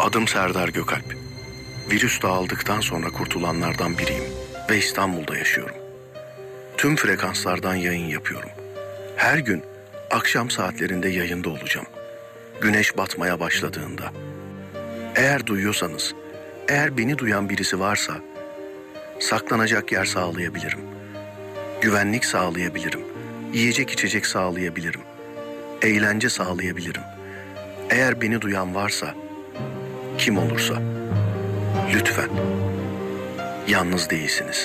Adım Serdar Gökalp. Virüs dağıldıktan sonra kurtulanlardan biriyim ve İstanbul'da yaşıyorum. Tüm frekanslardan yayın yapıyorum. Her gün akşam saatlerinde yayında olacağım. Güneş batmaya başladığında. Eğer duyuyorsanız, eğer beni duyan birisi varsa, saklanacak yer sağlayabilirim. Güvenlik sağlayabilirim. Yiyecek içecek sağlayabilirim. Eğlence sağlayabilirim. Eğer beni duyan varsa, kim olursa, lütfen, yalnız değilsiniz.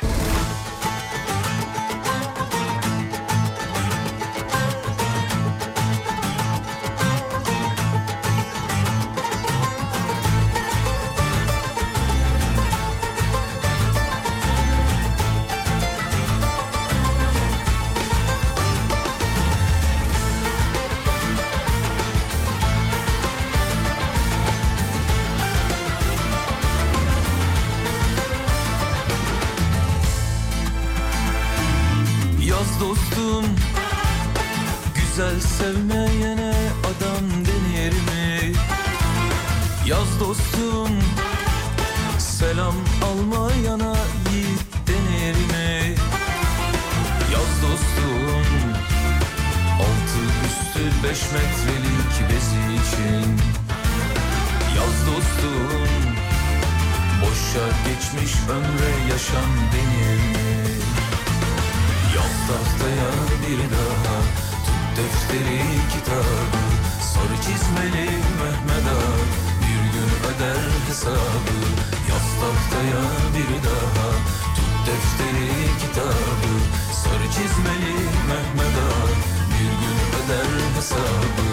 Dostum, güzel sevmeyene adam denir mi? Yaz dostum, selam almayana yiğit denir mi? Yaz dostum, altı üstü 5 metrelik bezi için. Yaz dostum, boşa geçmiş ömre yaşam denir mi? Yaz tahtaya bir daha, tut defteri kitabı, sarı çizmeli Mehmet Ağa bir gün öder hesabı. Yaz tahtaya bir daha, tut defteri kitabı, sarı çizmeli Mehmet Ağa bir gün öder hesabı.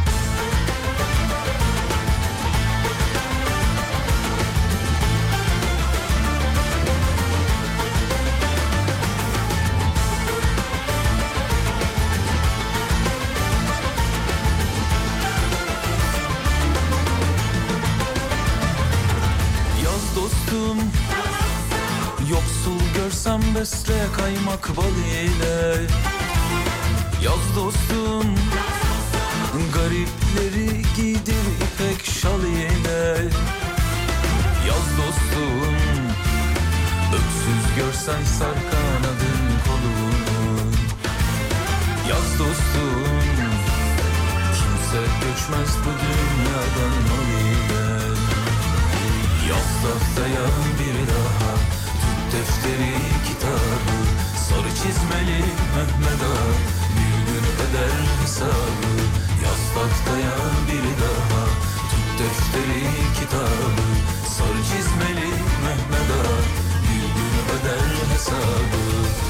Yoksul görsem besle kaymak bal ile. Yaz dostum, garipleri giydir ipek şal ile. Yaz dostum, öksüz görsen sar kanadın kolunu. Yaz dostum, kimse göçmez bu dünyadan mal ile. Yaz tahtaya bir daha, tut defteri kitabı, sarı çizmeli Mehmet Ağa bir gün öder hesabı. Yaz tahtaya bir daha, tut defteri kitabı, sarı çizmeli Mehmet Ağa bir gün öder hesabı.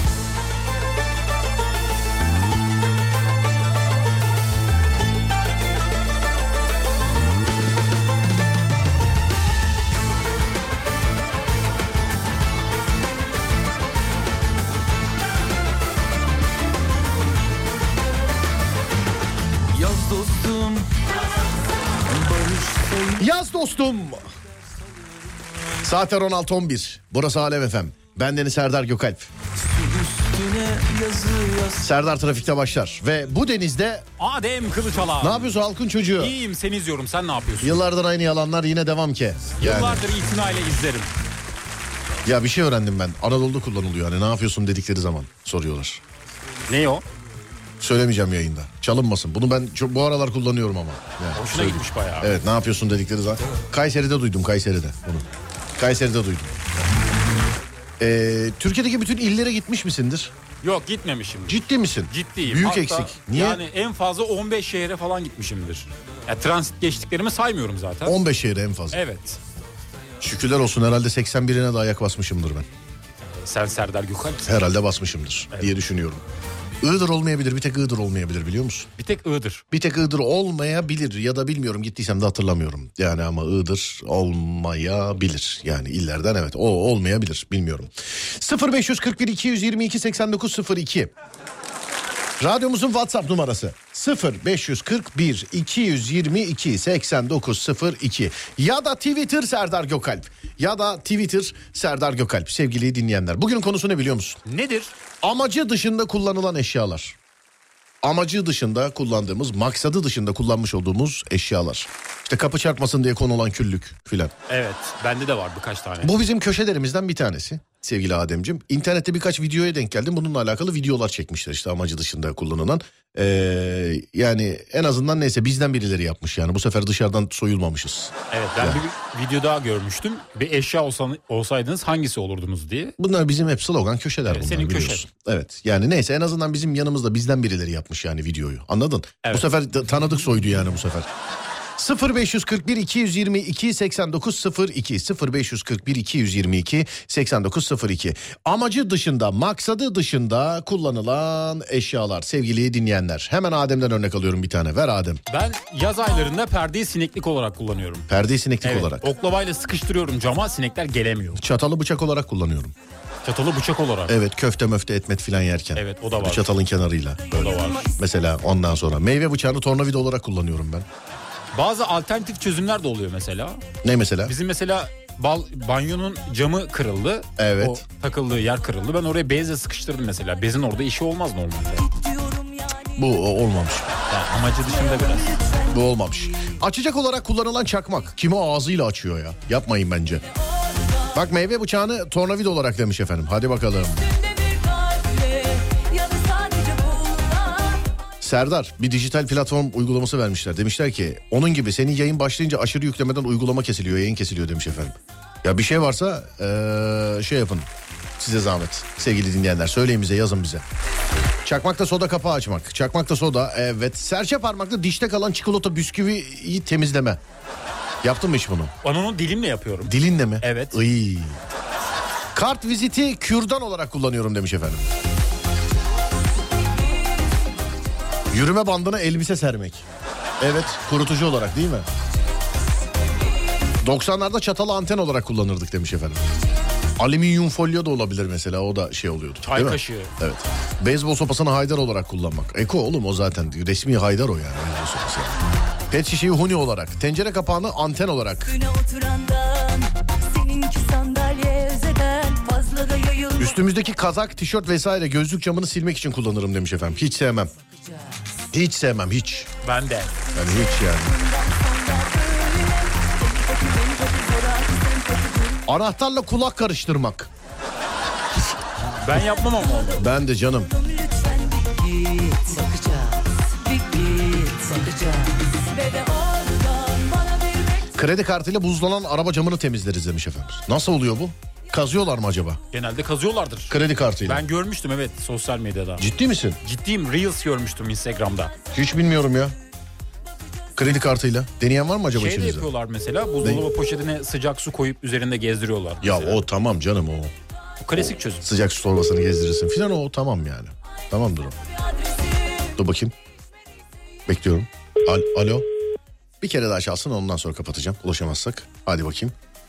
Yaz dostum. Saatler 16:11. Burası Alem FM. Bendeniz Serdar Gökalp. Serdar Trafik'te başlar. Ve bu denizde Adem Kılıçalan. Ne yapıyorsun halkın çocuğu? İyiyim, seni izliyorum. Sen ne yapıyorsun? Yıllardır aynı yalanlar yine devam ki. Yani. Yıllardır itinayla izlerim. Ya bir şey öğrendim ben. Anadolu'da kullanılıyor. Hani ne yapıyorsun dedikleri zaman soruyorlar. Ne o? Söylemeyeceğim yayında. Çalınmasın. Bunu ben bu aralar kullanıyorum ama. Yani hoşuna söyleyeyim. Gitmiş bayağı. Evet, ne yapıyorsun dedikleri zaman. Kayseri'de duydum, Kayseri'de bunu. Kayseri'de duydum. Türkiye'deki bütün illere gitmiş misindir? Yok, gitmemişim. Ciddi misin? Ciddiyim. Büyük hatta eksik. Niye? Yani en fazla 15 şehre falan gitmişimdir. Ya, transit geçtiklerimi saymıyorum zaten. 15 şehre en fazla. Evet. Şükürler olsun, herhalde 81'ine de ayak basmışımdır ben. Sen Serdar Gökalp. Herhalde basmışımdır diye düşünüyorum. Iğdır olmayabilir, bir tek Iğdır olmayabilir, biliyor musun? Bir tek Iğdır. Bir tek Iğdır olmayabilir ya da bilmiyorum, gittiysem de hatırlamıyorum. Yani ama Iğdır olmayabilir. Yani illerden evet, o olmayabilir, bilmiyorum. 0541 222 8902 Radyomuzun WhatsApp numarası 0541 222 8902 ya da Twitter Serdar Gökalp Serdar Gökalp. Sevgili dinleyenler, bugünün konusu ne biliyor musun? Nedir? Amacı dışında kullanılan eşyalar. amacı dışında kullandığımız, maksadı dışında kullanmış olduğumuz eşyalar. İşte kapı çarpmasın diye konulan küllük filan. Evet, bende de var birkaç tane. Bu bizim köşelerimizden bir tanesi sevgili Ademciğim. İnternette birkaç videoya denk geldim. Bununla alakalı videolar çekmişler işte amacı dışında kullanılan. Yani en azından neyse bizden birileri yapmış yani. Bu sefer dışarıdan soyulmamışız. Evet, ben bir video daha görmüştüm. Bir eşya olsaydınız hangisi olurdunuz diye. Bunlar bizim hep slogan köşeler Evet, bunlar senin biliyorsun. Evet yani neyse en azından bizim yanımızda bizden birileri yapmış yani videoyu. Anladın? Evet. Bu sefer tanıdık soydu yani bu sefer. 0541 222 8902 0541 222 8902 amacı dışında, maksadı dışında kullanılan eşyalar sevgili dinleyenler. Hemen Adem'den örnek alıyorum bir tane. Ver Adem. Ben yaz aylarında perdeyi sineklik olarak kullanıyorum. Perdeyi sineklik Evet, olarak. oklavayla sıkıştırıyorum cama, sinekler gelemiyor. Çatalı bıçak olarak kullanıyorum. Çatalı bıçak olarak. Evet, köfte möfte etmet filan yerken. Evet, o da var. Çatalın kenarıyla. O da var. Mesela ondan sonra meyve bıçağını tornavida olarak kullanıyorum ben. Bazı alternatif çözümler de oluyor mesela. Ne mesela? Bizim mesela banyonun camı kırıldı. Evet. O takıldığı yer kırıldı. Ben oraya bezle sıkıştırdım mesela. Bezin orada işi olmaz normalde. Bu olmamış. Yani amacı dışında biraz. Bu olmamış. Açacak olarak kullanılan çakmak. Kimi ağzıyla açıyor ya. Yapmayın bence. Bak meyve bıçağını tornavida olarak demiş efendim. Hadi bakalım. Serdar bir dijital platform uygulaması vermişler. Demişler ki onun gibi senin yayın başlayınca aşırı yüklemeden uygulama kesiliyor, yayın kesiliyor demiş efendim. Ya bir şey varsa şey yapın. Size zahmet sevgili dinleyenler. Söyleyin bize, yazın bize. Çakmakta soda kapağı açmak. Çakmakta soda, evet. Serçe parmakla dişte kalan çikolata bisküviyi temizleme. Yaptın mı hiç bunu? Ben onu dilimle yapıyorum. Dilinle mi? Evet. Iy. Kart viziti kürdan olarak kullanıyorum demiş efendim. Yürüme bandına elbise sermek. Evet, kurutucu olarak değil mi? 90'larda çatalı anten olarak kullanırdık demiş efendim. Alüminyum folyo da olabilir mesela, o da şey oluyordu. Çay kaşığı. Evet. Beyzbol sopasını haydar olarak kullanmak. Eko oğlum o zaten resmi haydar o yani. Beyzbol sopası yani. Pet şişeyi huni olarak, tencere kapağını anten olarak. Üstümüzdeki kazak, tişört vesaire gözlük camını silmek için kullanırım demiş efendim. Hiç sevmem. Hiç sevmem hiç. Ben de. Yani hiç yani. Anahtarla kulak karıştırmak. Ben yapmam ama onu. Ben de canım. Kredi kartıyla buzlanan araba camını temizleriz demiş efendim. Nasıl oluyor bu? Kazıyorlar mı acaba? Genelde kazıyorlardır. Kredi kartıyla. Ben görmüştüm evet sosyal medyada. Ciddi misin? Ciddiyim, Reels görmüştüm Instagram'da. Hiç bilmiyorum ya. Kredi kartıyla. Deneyen var mı acaba Şey de içinizde? yapıyorlar mesela, buzdolabı poşetine sıcak su koyup üzerinde gezdiriyorlar. Ya mesela. o tamam canım o. Bu klasik çözüm. Sıcak su torbasını gezdirirsin filan, o tamam yani. Tamamdır o. Dur bakayım. Bekliyorum. Alo. Bir kere daha çalsın, ondan sonra kapatacağım. Ulaşamazsak. Hadi bakayım.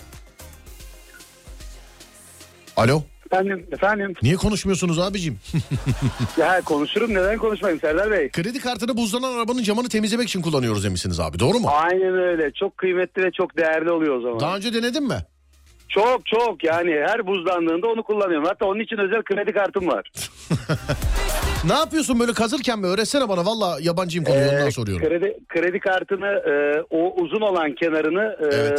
Alo. Efendim. Niye konuşmuyorsunuz abicim? Ya konuşurum, neden konuşmayayım Serdar Bey? Kredi kartını buzlanan arabanın camını temizlemek için kullanıyoruz demişsiniz abi, doğru mu? Aynen öyle. Çok kıymetli ve çok değerli oluyor o zaman. Daha önce denedin mi? Çok yani her buzlandığında onu kullanıyorum. Hatta onun için özel kredi kartım var. Ne yapıyorsun böyle kazırken mi? Öğretsene bana, valla yabancıyım konuyu, ondan soruyorum. Kredi kartını o uzun olan kenarını Evet.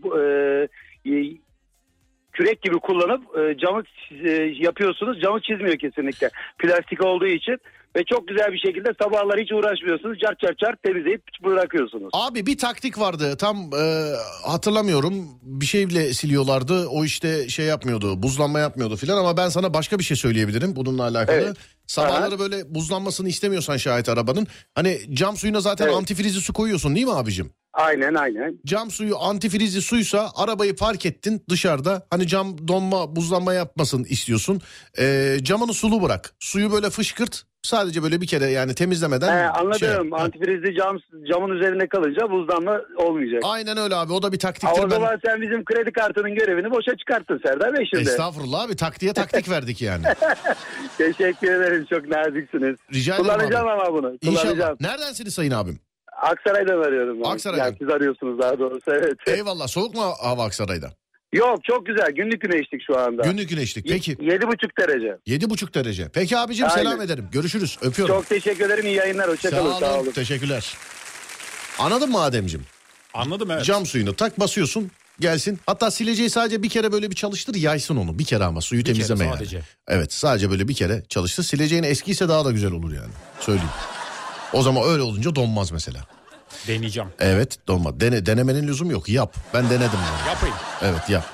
Kürek gibi kullanıp camı yapıyorsunuz. Camı çizmiyor kesinlikle. Plastik olduğu için ve çok güzel bir şekilde sabahlar hiç uğraşmıyorsunuz. Çar temizleyip bırakıyorsunuz. Abi bir taktik vardı tam hatırlamıyorum, bir şeyle siliyorlardı, o işte şey yapmıyordu, buzlanma yapmıyordu filan, ama ben sana başka bir şey söyleyebilirim bununla alakalı. Evet. Sabahları böyle buzlanmasını istemiyorsan şayet arabanın, hani cam suyuna zaten Evet. antifrizli su koyuyorsun değil mi abicim? Aynen. Cam suyu antifrizli suysa, arabayı park ettin dışarıda, hani cam donma buzlanma yapmasın istiyorsun, camını sulu bırak, suyu böyle fışkırt, sadece böyle bir kere yani temizlemeden. Anladım. Antifrizli camın üzerinde kalınca buzlanma olmayacak. Aynen öyle abi, o da bir taktiktir. O zaman sen bizim kredi kartının görevini boşa çıkarttın Serdar Bey şimdi. Estağfurullah abi, taktiğe taktik verdik yani. Teşekkür ederim, çok naziksiniz. Rica ederim Kullanacağım abi. ama bunu. İnşallah. Kullanacağım. Neredensiniz sayın abim? Aksaray'dan arıyorum ben. Aksaray'dan. Yani siz arıyorsunuz daha doğrusu, evet. Eyvallah, soğuk mu hava Aksaray'da? Yok, çok güzel. Günlük güneşlik şu anda. Günlük güneşlik. Peki. 7,5 derece. 7,5 derece. Peki abicim, Aynen. selam ederim. Görüşürüz. Öpüyorum. Çok teşekkür ederim. İyi yayınlar. Hoşçakalın. Sağ olun. Teşekkürler. Anladın mı Ademciğim? Anladım, evet. Cam suyunu tak, basıyorsun, gelsin. Hatta sileceği sadece bir kere böyle bir çalıştır, yaysın onu. Bir kere ama suyu Bir kere temizleme yani. sadece. Evet, sadece böyle bir kere çalıştır. Sileceğin eskiyse daha da güzel olur yani. Söyleyeyim. O zaman öyle olunca donmaz mesela. Deneyeceğim. Evet, donmaz. Denemenin lüzum yok. Yap. Ben denedim bunu. Yapayım. Evet, yap.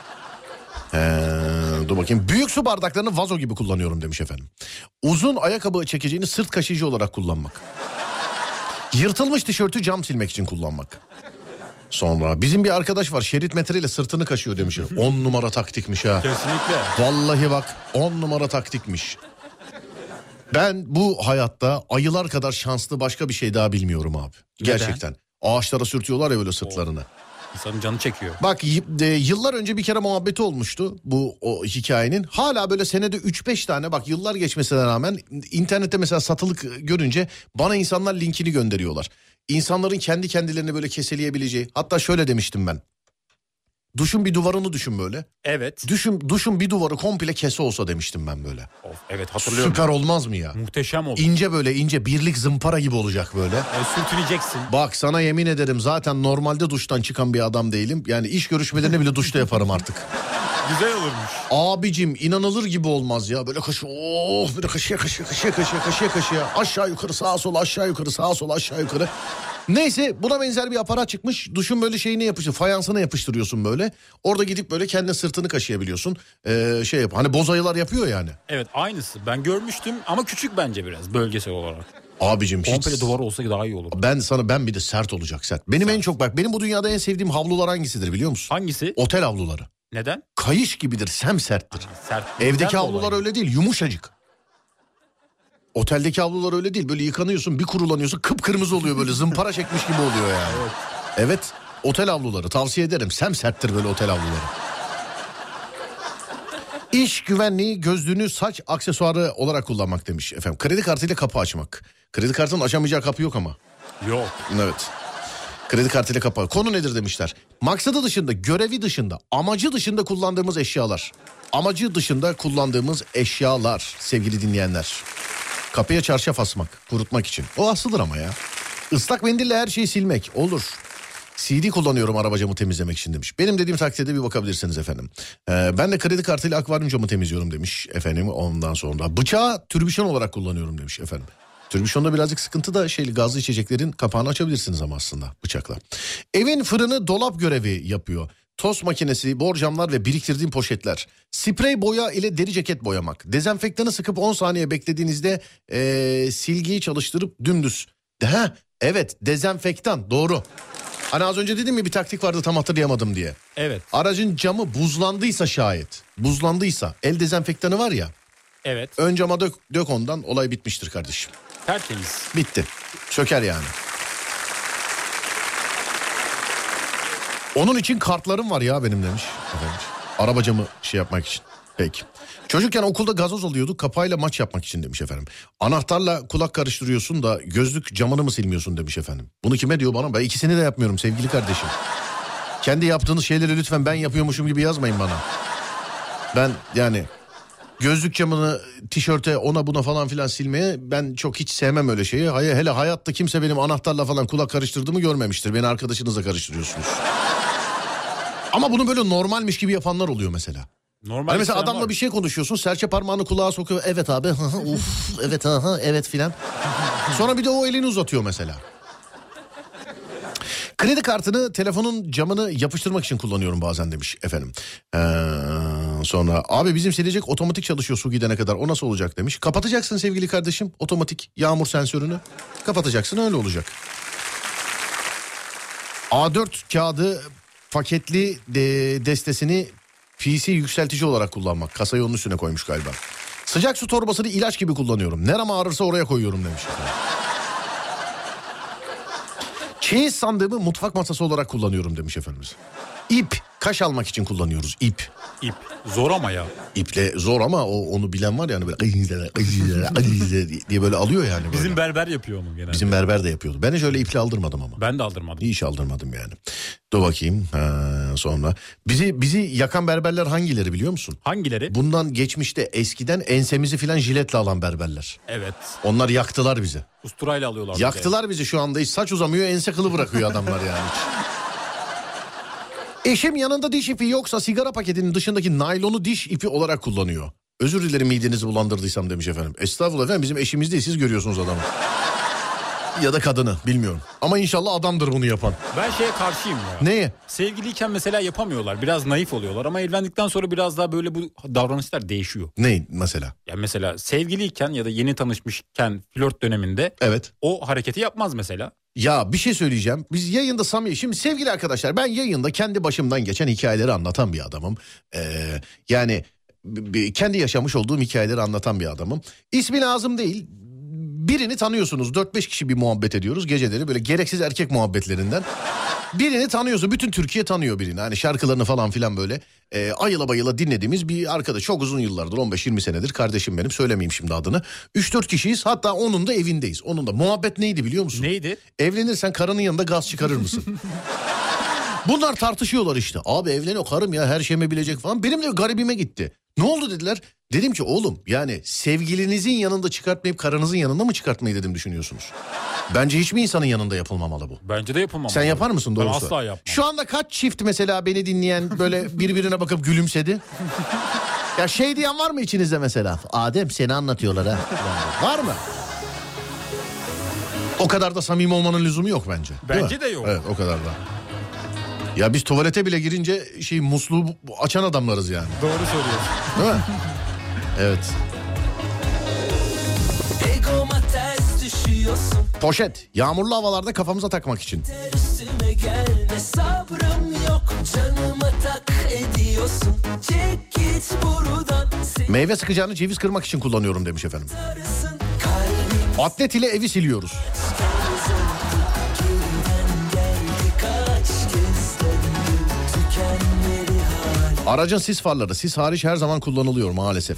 Dur bakayım. Büyük su bardaklarını vazo gibi kullanıyorum demiş efendim. Uzun ayakkabı çekeceğini sırt kaşıyıcı olarak kullanmak. Yırtılmış tişörtü cam silmek için kullanmak. Sonra bizim bir arkadaş var, şerit metreyle sırtını kaşıyor demiş. 10 numara taktikmiş ha. Kesinlikle. Vallahi bak, 10 numara taktikmiş. Ben bu hayatta ayılar kadar şanslı başka bir şey daha bilmiyorum abi. Neden? Gerçekten. Ağaçlara sürtüyorlar ya böyle sırtlarını. İnsanın canı çekiyor. Bak yıllar önce bir kere muhabbeti olmuştu o hikayenin. Hala böyle senede 3-5 tane, bak yıllar geçmesine rağmen internette mesela satılık görünce bana insanlar linkini gönderiyorlar. İnsanların kendi kendilerini böyle keseleyebileceği, hatta şöyle demiştim ben. Duşun bir duvarını düşün böyle. Evet. Duşun bir duvarı komple kese olsa demiştim ben böyle. Of, evet, hatırlıyorum. Süper olmaz mı ya? Muhteşem oldu. İnce böyle ince, birlik zımpara gibi olacak böyle. Sürtüneceksin. Bak sana yemin ederim, zaten normalde duştan çıkan bir adam değilim. Yani iş görüşmelerini bile duşta yaparım artık. Güzel olurmuş. Abicim inanılır gibi olmaz ya. Böyle böyle kaşıya. Aşağı yukarı sağa sola, aşağı yukarı sağa sola, aşağı yukarı. Neyse, buna benzer bir aparat çıkmış. Duşun böyle şeyine yapıştır, fayansına yapıştırıyorsun böyle. Orada gidip böyle kendi sırtını kaşıyabiliyorsun. Hani bozayılar yapıyor yani. Evet, aynısı. Ben görmüştüm ama küçük bence biraz bölgesel olarak. Abicim Komple duvar olsa daha iyi olur. Ben bir de sert olacak, sert. Benim en çok, bak benim bu dünyada en sevdiğim havlular hangisidir biliyor musun? Hangisi? Otel havluları. Neden? Kayış gibidir, semserttir. Sert. Evdeki havlular öyle değil, yumuşacık. Oteldeki havlular öyle değil. Böyle yıkanıyorsun, bir kurulanıyorsun, kıpkırmızı oluyor, böyle zımpara çekmiş gibi oluyor yani. Evet, otel havluları tavsiye ederim. Semserttir böyle otel havluları. İş güvenliği gözlüğünü saç aksesuarı olarak kullanmak demiş efendim. Kredi kartıyla kapı açmak. Kredi kartının açamayacağı kapı yok ama. Yok. Evet. Kredi kartıyla kapı. Konu nedir demişler. Maksadı dışında, görevi dışında, amacı dışında kullandığımız eşyalar. Amacı dışında kullandığımız eşyalar sevgili dinleyenler. Kapıya çarşaf asmak, kurutmak için. O asılır ama ya. Islak mendille her şeyi silmek olur. CD kullanıyorum araba camı temizlemek için demiş. Benim dediğim takdirde bir bakabilirsiniz efendim. Ben de kredi kartıyla akvaryum camı temizliyorum demiş efendim. Ondan sonra bıçağı türbüşon olarak kullanıyorum demiş efendim. Türbüşonda birazcık sıkıntı da gazlı içeceklerin kapağını açabilirsiniz ama aslında bıçakla. Evin fırını dolap görevi yapıyor. Tost makinesi, borcamlar ve biriktirdiğim poşetler. Sprey boya ile deri ceket boyamak. Dezenfektanı sıkıp 10 saniye beklediğinizde silgiyi çalıştırıp dümdüz. Evet, dezenfektan, doğru. Hani az önce dedim mi bir taktik vardı, tam hatırlayamadım diye. Evet. Aracın camı buzlandıysa şayet. Buzlandıysa el dezenfektanı var ya. Evet. Ön cama dök ondan, olay bitmiştir kardeşim. Tertemiz. Bitti. Çöker yani. Onun için kartlarım var ya benim demiş. Efendim, araba camı yapmak için. Peki. Çocukken okulda gazoz alıyorduk, kapağıyla maç yapmak için demiş efendim. Anahtarla kulak karıştırıyorsun da gözlük camını mı silmiyorsun demiş efendim. Bunu kime diyor bana? Ben ikisini de yapmıyorum sevgili kardeşim. Kendi yaptığınız şeyleri lütfen ben yapıyormuşum gibi yazmayın bana. Ben yani gözlük camını tişörte, ona buna falan filan silmeye ben çok hiç sevmem öyle şeyi. Hele hayatta kimse benim anahtarla falan kulak karıştırdığımı görmemiştir. Beni arkadaşınızla karıştırıyorsunuz. Ama bunu böyle normalmiş gibi yapanlar oluyor mesela. Normal Hani mesela adamla bir şey konuşuyorsun, serçe parmağını kulağa sokuyor. Evet abi, evet evet filan. Sonra bir de o elini uzatıyor mesela. Kredi kartını telefonun camını yapıştırmak için kullanıyorum bazen demiş efendim. Sonra abi bizim silecek otomatik çalışıyor su gidene kadar, o nasıl olacak demiş. Kapatacaksın sevgili kardeşim otomatik yağmur sensörünü. Kapatacaksın, öyle olacak. A4 kağıdı paketli destesini PC yükseltici olarak kullanmak. Kasayı onun üstüne koymuş galiba. Sıcak su torbasını ilaç gibi kullanıyorum. Nerem ağrırsa oraya koyuyorum demiş. Çeyiz sandığımı mutfak masası olarak kullanıyorum demiş efendimiz. İp, Kaş almak için kullanıyoruz ip. İp. Zor ama ya. İple zor ama onu bilen var ya hani böyle diye böyle alıyor yani. Böyle. Bizim berber yapıyor onu genelde. Bizim berber de yapıyordu. Ben hiç öyle iple aldırmadım ama. Ben de aldırmadım. Hiç aldırmadım yani. Dur bakayım sonra. Bizi yakan berberler hangileri biliyor musun? Hangileri? Bundan geçmişte eskiden ensemizi filan jiletle alan berberler. Evet. Onlar yaktılar bizi. Usturayla alıyorlar. Yaktılar bizi şu anda hiç saç uzamıyor ense kılı bırakıyor adamlar yani. Eşim yanında diş ipi yoksa sigara paketinin dışındaki naylonu diş ipi olarak kullanıyor. Özür dilerim midenizi bulandırdıysam demiş efendim. Estağfurullah efendim bizim eşimiz değil siz görüyorsunuz adamı. Ya da kadını bilmiyorum. Ama inşallah adamdır bunu yapan. Ben şeye karşıyım ya. Neye? Sevgiliyken mesela yapamıyorlar. Biraz naif oluyorlar ama evlendikten sonra biraz daha böyle bu davranışlar değişiyor. Ne mesela? Ya mesela sevgiliyken ya da yeni tanışmışken flört döneminde Evet. o hareketi yapmaz mesela. Ya bir şey söyleyeceğim. Biz yayında samimi... Şimdi sevgili arkadaşlar ben yayında kendi başımdan geçen hikayeleri anlatan bir adamım. Yani kendi yaşamış olduğum hikayeleri anlatan bir adamım. İsmi lazım değil. Birini tanıyorsunuz 4-5 kişi bir muhabbet ediyoruz geceleri böyle gereksiz erkek muhabbetlerinden. Birini tanıyorsun bütün Türkiye tanıyor birini hani şarkılarını falan filan böyle ayıla bayıla dinlediğimiz bir arkadaş çok uzun yıllardır 15-20 senedir kardeşim benim söylemeyeyim şimdi adını. 3-4 kişiyiz hatta onun da evindeyiz onun da muhabbet neydi biliyor musun? Neydi? Evlenirsen karının yanında gaz çıkarır mısın? Bunlar tartışıyorlar işte abi evleniyor karım ya her şeyimi bilecek falan benim de garibime gitti. Ne oldu dediler? Dedim ki oğlum yani sevgilinizin yanında çıkartmayıp karınızın yanında mı çıkartmayı dedim düşünüyorsunuz? Bence hiçbir insanın yanında yapılmamalı bu. Bence de yapılmamalı. Sen yapar mısın doğrusu? Ben asla yapmam. Şu anda kaç çift mesela beni dinleyen böyle birbirine bakıp gülümsedi? Ya şey diyen var mı içinizde mesela? Adem seni anlatıyorlar ha. Var mı? O kadar da samimi olmanın lüzumu yok bence. Bence de yok. Evet o kadar da. Ya biz tuvalete bile girince musluğu açan adamlarız yani. Doğru söylüyorsun. Değil mi? Evet. Poşet. Yağmurlu havalarda kafamıza takmak için. Gelme, sabrım yok, canıma tak ediyorsun. Çek git buradan. Meyve sıkacağını ceviz kırmak için kullanıyorum demiş efendim. Atlet ile evi siliyoruz. Aracın sis farları sis hariç her zaman kullanılıyor maalesef.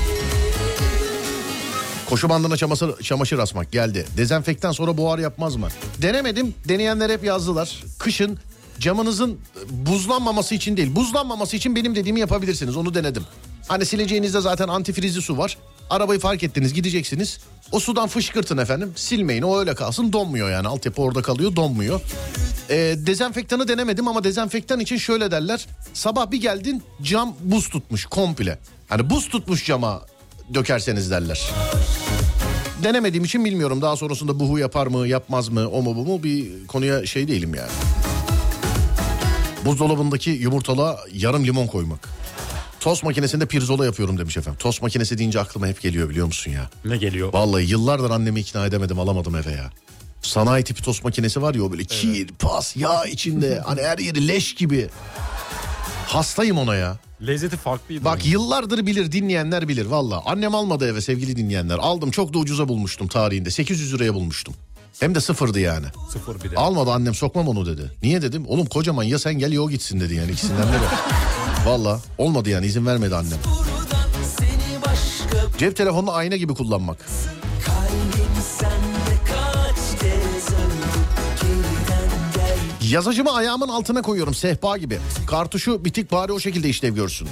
Koşu bandına çamaşır asmak geldi. Dezenfektan sonra buhar yapmaz mı? Denemedim. Deneyenler hep yazdılar. Kışın camınızın buzlanmaması için değil. Buzlanmaması için benim dediğimi yapabilirsiniz. Onu denedim. Hani sileceğinizde zaten antifrizli su var. Arabayı fark ettiniz gideceksiniz. O sudan fışkırtın efendim. Silmeyin o öyle kalsın donmuyor yani. Altyapı orada kalıyor donmuyor. Dezenfektanı denemedim ama dezenfektan için şöyle derler. Sabah bir geldin cam buz tutmuş komple. Hani buz tutmuş cama dökerseniz derler. Denemediğim için bilmiyorum. Daha sonrasında buhu yapar mı yapmaz mı o mu bu mu bir konuya şey değilim yani. Buzdolabındaki yumurtalığa yarım limon koymak. Tost makinesinde pirzola yapıyorum demiş efendim. Tost makinesi deyince aklıma hep geliyor biliyor musun ya? Ne geliyor? Vallahi yıllardır annemi ikna edemedim alamadım eve ya. Sanayi tipi tost makinesi var ya o böyle kir, pas, yağ içinde hani her yeri leş gibi. Hastayım ona ya. Lezzeti farklıydı. Bak yıllardır bilir dinleyenler bilir valla. Annem almadı eve sevgili dinleyenler. Aldım çok da ucuza bulmuştum tarihinde. 800 liraya bulmuştum. Hem de sıfırdı yani. Sıfır bir de. Almadı annem sokmam onu dedi. Niye dedim? Oğlum kocaman ya sen gel ya o gitsin dedi yani ikisinden biri. Valla olmadı yani izin vermedi annem. Cep telefonunu ayna gibi kullanmak. Yazıcımı ayağımın altına koyuyorum sehpa gibi. Kartuşu bitik bari o şekilde işlev görsün.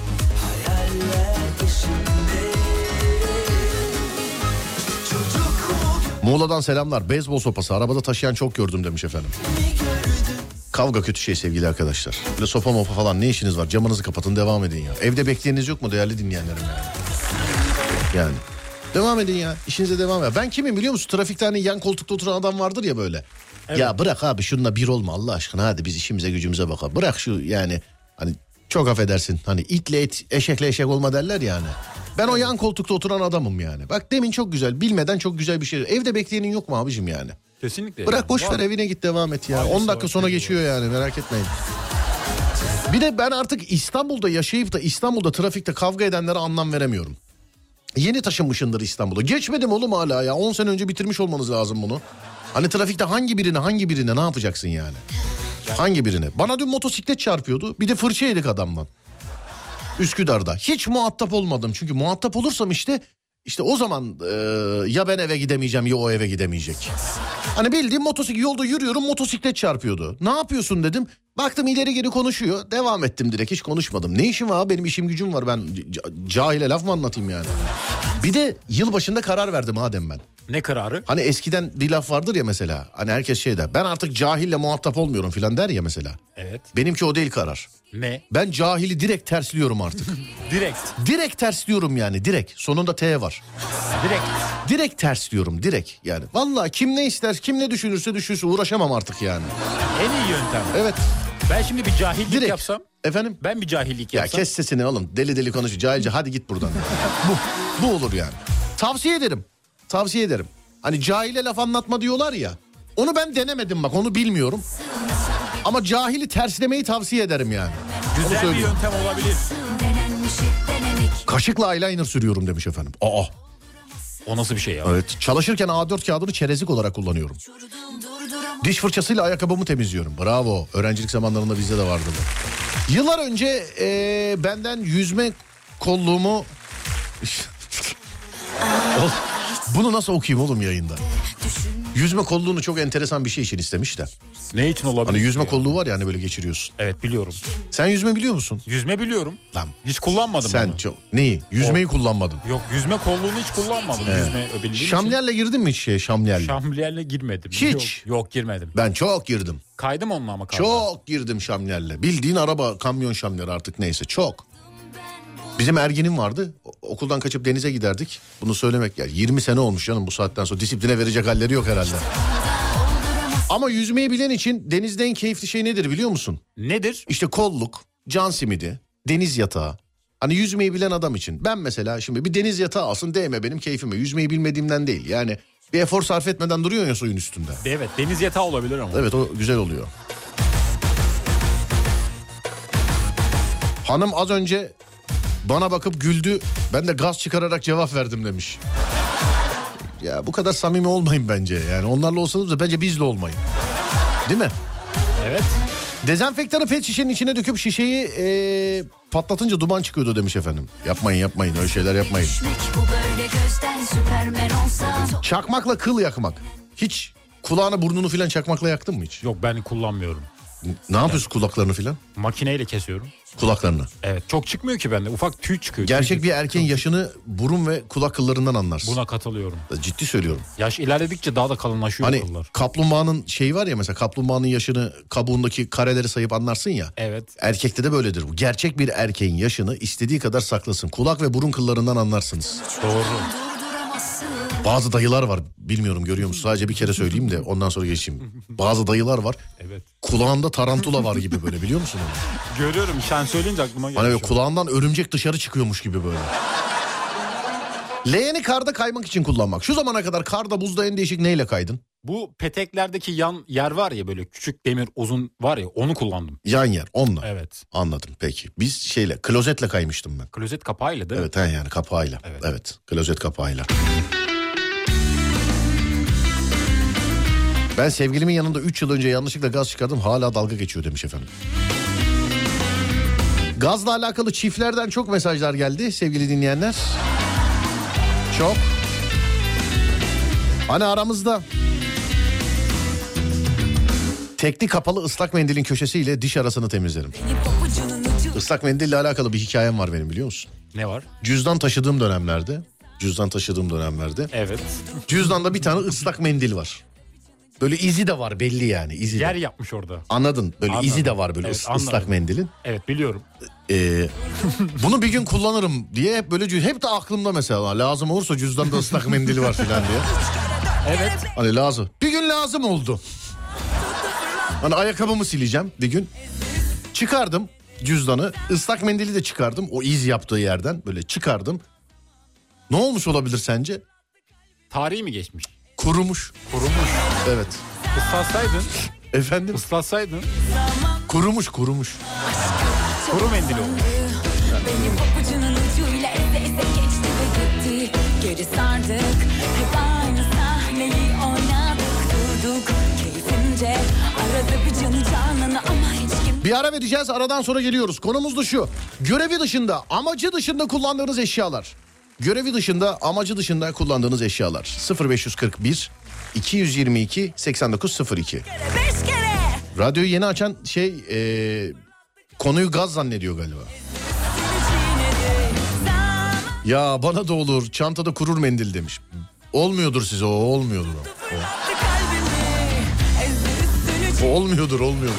Muğla'dan selamlar. Beyzbol sopası arabada taşıyan çok gördüm demiş efendim. Kavga kötü şey sevgili arkadaşlar. Böyle sopa mopa falan ne işiniz var? Camınızı kapatın devam edin ya. Evde bekleyeniniz yok mu değerli dinleyenlerim yani? Yani devam edin ya. İşinize devam edin. Ben kimim biliyor musun? Trafikte hani yan koltukta oturan adam vardır ya böyle. Evet. Ya bırak abi şununla bir olma Allah aşkına hadi biz işimize gücümüze bakalım. Bırak şu yani hani çok affedersin hani itle eşekle eşek olma derler yani. Ben o yan koltukta oturan adamım yani. Bak demin çok güzel bilmeden çok güzel bir şey. Evde bekleyenin yok mu abicim yani? Kesinlikle. Bırak boş ver evine git devam et ya. Aynısı 10 dakika sonra geçiyor yani merak etmeyin. Bir de ben artık İstanbul'da yaşayıp da İstanbul'da trafikte kavga edenlere anlam veremiyorum. Yeni taşınmışındır İstanbul'a. Geçmedim oğlum hala ya. 10 sene önce bitirmiş olmanız lazım bunu. Hani trafikte hangi birine ne yapacaksın yani? Hangi birine? Bana dün motosiklet çarpıyordu. Bir de fırça yedik adamdan. Üsküdar'da. Hiç muhatap olmadım. Çünkü muhatap olursam işte o zaman ya ben eve gidemeyeceğim ya o eve gidemeyecek. Hani bildiğim motosiklet, yolda yürüyorum, motosiklet çarpıyordu. Ne yapıyorsun dedim. Baktım ileri geri konuşuyor. Devam ettim direkt, hiç konuşmadım. Ne işim var, benim işim gücüm var, ben cahile laf mı anlatayım yani. Bir de yılbaşında karar verdim Adem ben. Ne kararı? Hani eskiden bir laf vardır ya mesela. Hani herkes şey der. Ben artık cahille muhatap olmuyorum filan der ya mesela. Evet. Benimki o değil karar. Ne? Ben cahili direkt tersliyorum artık. Direkt. Direkt tersliyorum yani, direkt. Sonunda T var. Direkt. Direkt tersliyorum, direkt yani. Vallahi kim ne ister, kim ne düşünürse düşünsün, uğraşamam artık yani. En iyi yöntem. Evet. Ben şimdi bir cahillik Direkt. yapsam. Efendim? Ben bir cahillik Ya yapsam. kes sesini oğlum, deli deli konuş, cahilce, hadi git buradan. Bu olur yani. Tavsiye ederim. Tavsiye ederim. Hani cahile laf anlatma diyorlar ya. Onu ben denemedim bak, onu bilmiyorum. Ama cahili terslemeyi tavsiye ederim yani. Güzel bir yöntem olabilir. Kaşıkla eyeliner sürüyorum demiş efendim. Aa. O nasıl bir şey ya? Evet. Çalışırken A4 kağıdını çerezlik olarak kullanıyorum. Diş fırçasıyla ayakkabımı temizliyorum. Bravo. Öğrencilik zamanlarında bizde de vardı bu. Yıllar önce benden yüzme kolluğumu... Bunu nasıl okuyayım oğlum yayında? Yüzme kolluğunu çok enteresan bir şey için istemiş de. Ne için olabilir? Hani yüzme ya? kolluğu var ya, hani böyle geçiriyorsun. Evet biliyorum. Sen yüzme biliyor musun? Yüzme biliyorum. Lan. Hiç kullanmadım Sen onu. çok... Neyi? Yüzmeyi kullanmadın. Yok, yüzme kolluğunu hiç kullanmadım. Yüzme bildiğim için. Şamliyerle girdin mi hiç şamliyerle? Şamliyerle girmedim. Hiç. Yok girmedim. Ben çok girdim. Kaydım onunla ama kaldı. Çok girdim şamliyerle. Bildiğin araba, kamyon şamliyeri artık neyse, çok. Bizim Ergin'im vardı. Okuldan kaçıp denize giderdik. Bunu söylemek yani 20 sene olmuş canım, bu saatten sonra disipline verecek halleri yok herhalde. Ama yüzmeyi bilen için denizde en keyifli şey nedir biliyor musun? Nedir? İşte kolluk, can simidi, deniz yatağı. Hani yüzmeyi bilen adam için. Ben mesela şimdi bir deniz yatağı alsın, değme benim keyfime. Yüzmeyi bilmediğimden değil. Yani bir efor sarf etmeden duruyor ya suyun üstünde. Evet, deniz yatağı olabilir ama. Evet, o güzel oluyor. Hanım az önce bana bakıp güldü. Ben de gaz çıkararak cevap verdim demiş. Ya bu kadar samimi olmayın bence. Yani onlarla olsanız da bence bizle olmayın. Değil mi? Evet. Dezenfektanı pet şişenin içine döküp şişeyi patlatınca duman çıkıyordu demiş efendim. Yapmayın öyle şeyler yapmayın. Çakmakla kıl yakmak. Hiç kulağını burnunu filan çakmakla yaktın mı hiç? Yok, ben kullanmıyorum. Ne yapıyorsun kulaklarını filan? Makineyle kesiyorum. Kulaklarını. Evet, çok çıkmıyor ki bende. Ufak tüy çıkıyor. Gerçek bir erkeğin yaşını burun ve kulak kıllarından anlarsın. Buna katılıyorum. Ciddi söylüyorum. Yaş ilerledikçe daha da kalınlaşıyor Hani kıllar. kaplumbağanın şeyi var ya, mesela kaplumbağanın yaşını kabuğundaki kareleri sayıp anlarsın ya. Evet. Erkekte de böyledir bu. Gerçek bir erkeğin yaşını istediği kadar saklasın. Kulak ve burun kıllarından anlarsınız. Doğru. Bazı dayılar var, bilmiyorum görüyor musun? Sadece bir kere söyleyeyim de ondan sonra geçeyim. Bazı dayılar var. Evet. Kulağında tarantula var gibi böyle, biliyor musun onu? Görüyorum, sen söyleyince aklıma geldi. Hani böyle kulağından örümcek dışarı çıkıyormuş gibi böyle. Leğeni karda kaymak için kullanmak. Şu zamana kadar karda buzda en değişik neyle kaydın? Bu peteklerdeki yan yer var ya, böyle küçük demir uzun var ya, onu kullandım. Yan yer, onunla. Evet. Anladım peki. Biz klozetle kaymıştım ben. Klozet kapağıyla değil mi? Evet yani kapağıyla. Evet. Evet, klozet kapağıyla. Ben sevgilimin yanında 3 yıl önce yanlışlıkla gaz çıkardım, hala dalga geçiyor demiş efendim. Gazla alakalı çiftlerden çok mesajlar geldi sevgili dinleyenler. Çok. Hani aramızda tekli kapalı ıslak mendilin köşesiyle diş arasını temizlerim. Islak mendille alakalı bir hikayem var benim, biliyor musun? Ne var? Cüzdan taşıdığım dönemlerde. Evet. Cüzdanda bir tane ıslak mendil var. Böyle izi de var belli yani. İzi Yer de. yapmış orada. Anladın? Böyle Anladım. izi de var böyle Evet, ıslak anladım. mendilin. Evet, biliyorum. Bunu bir gün kullanırım diye hep böyle hep de aklımda mesela, lazım olursa cüzdanda ıslak mendili var filan diye. Evet. Hani lazım. Bir gün lazım oldu. Hani ayakkabımı sileceğim bir gün. Çıkardım cüzdanı, ıslak mendili de çıkardım o iz yaptığı yerden, böyle çıkardım. Ne olmuş olabilir sence? Tarihi mi geçmiş? Kurumuş. Kurumuş. Evet. Islatsaydın. Efendim? Islatsaydın. Kurumuş. Kuru mendil olmuş. Benim papucunun ucuyla eze geçti ve gitti. Geri sardık. Hep aynı sahneyi oynadık. Durduk keyfince. Arada bir canı canını Bir ara vereceğiz, aradan sonra geliyoruz. Konumuz da şu: görevi dışında, amacı dışında kullandığınız eşyalar. Görevi dışında, amacı dışında kullandığınız eşyalar. 0541 222 8902. Radyoyu yeni açan konuyu gaz zannediyor galiba. Ya bana da olur, çantada kurur mendil demiş. Olmuyordur size o, olmuyordur o. Olmuyordur.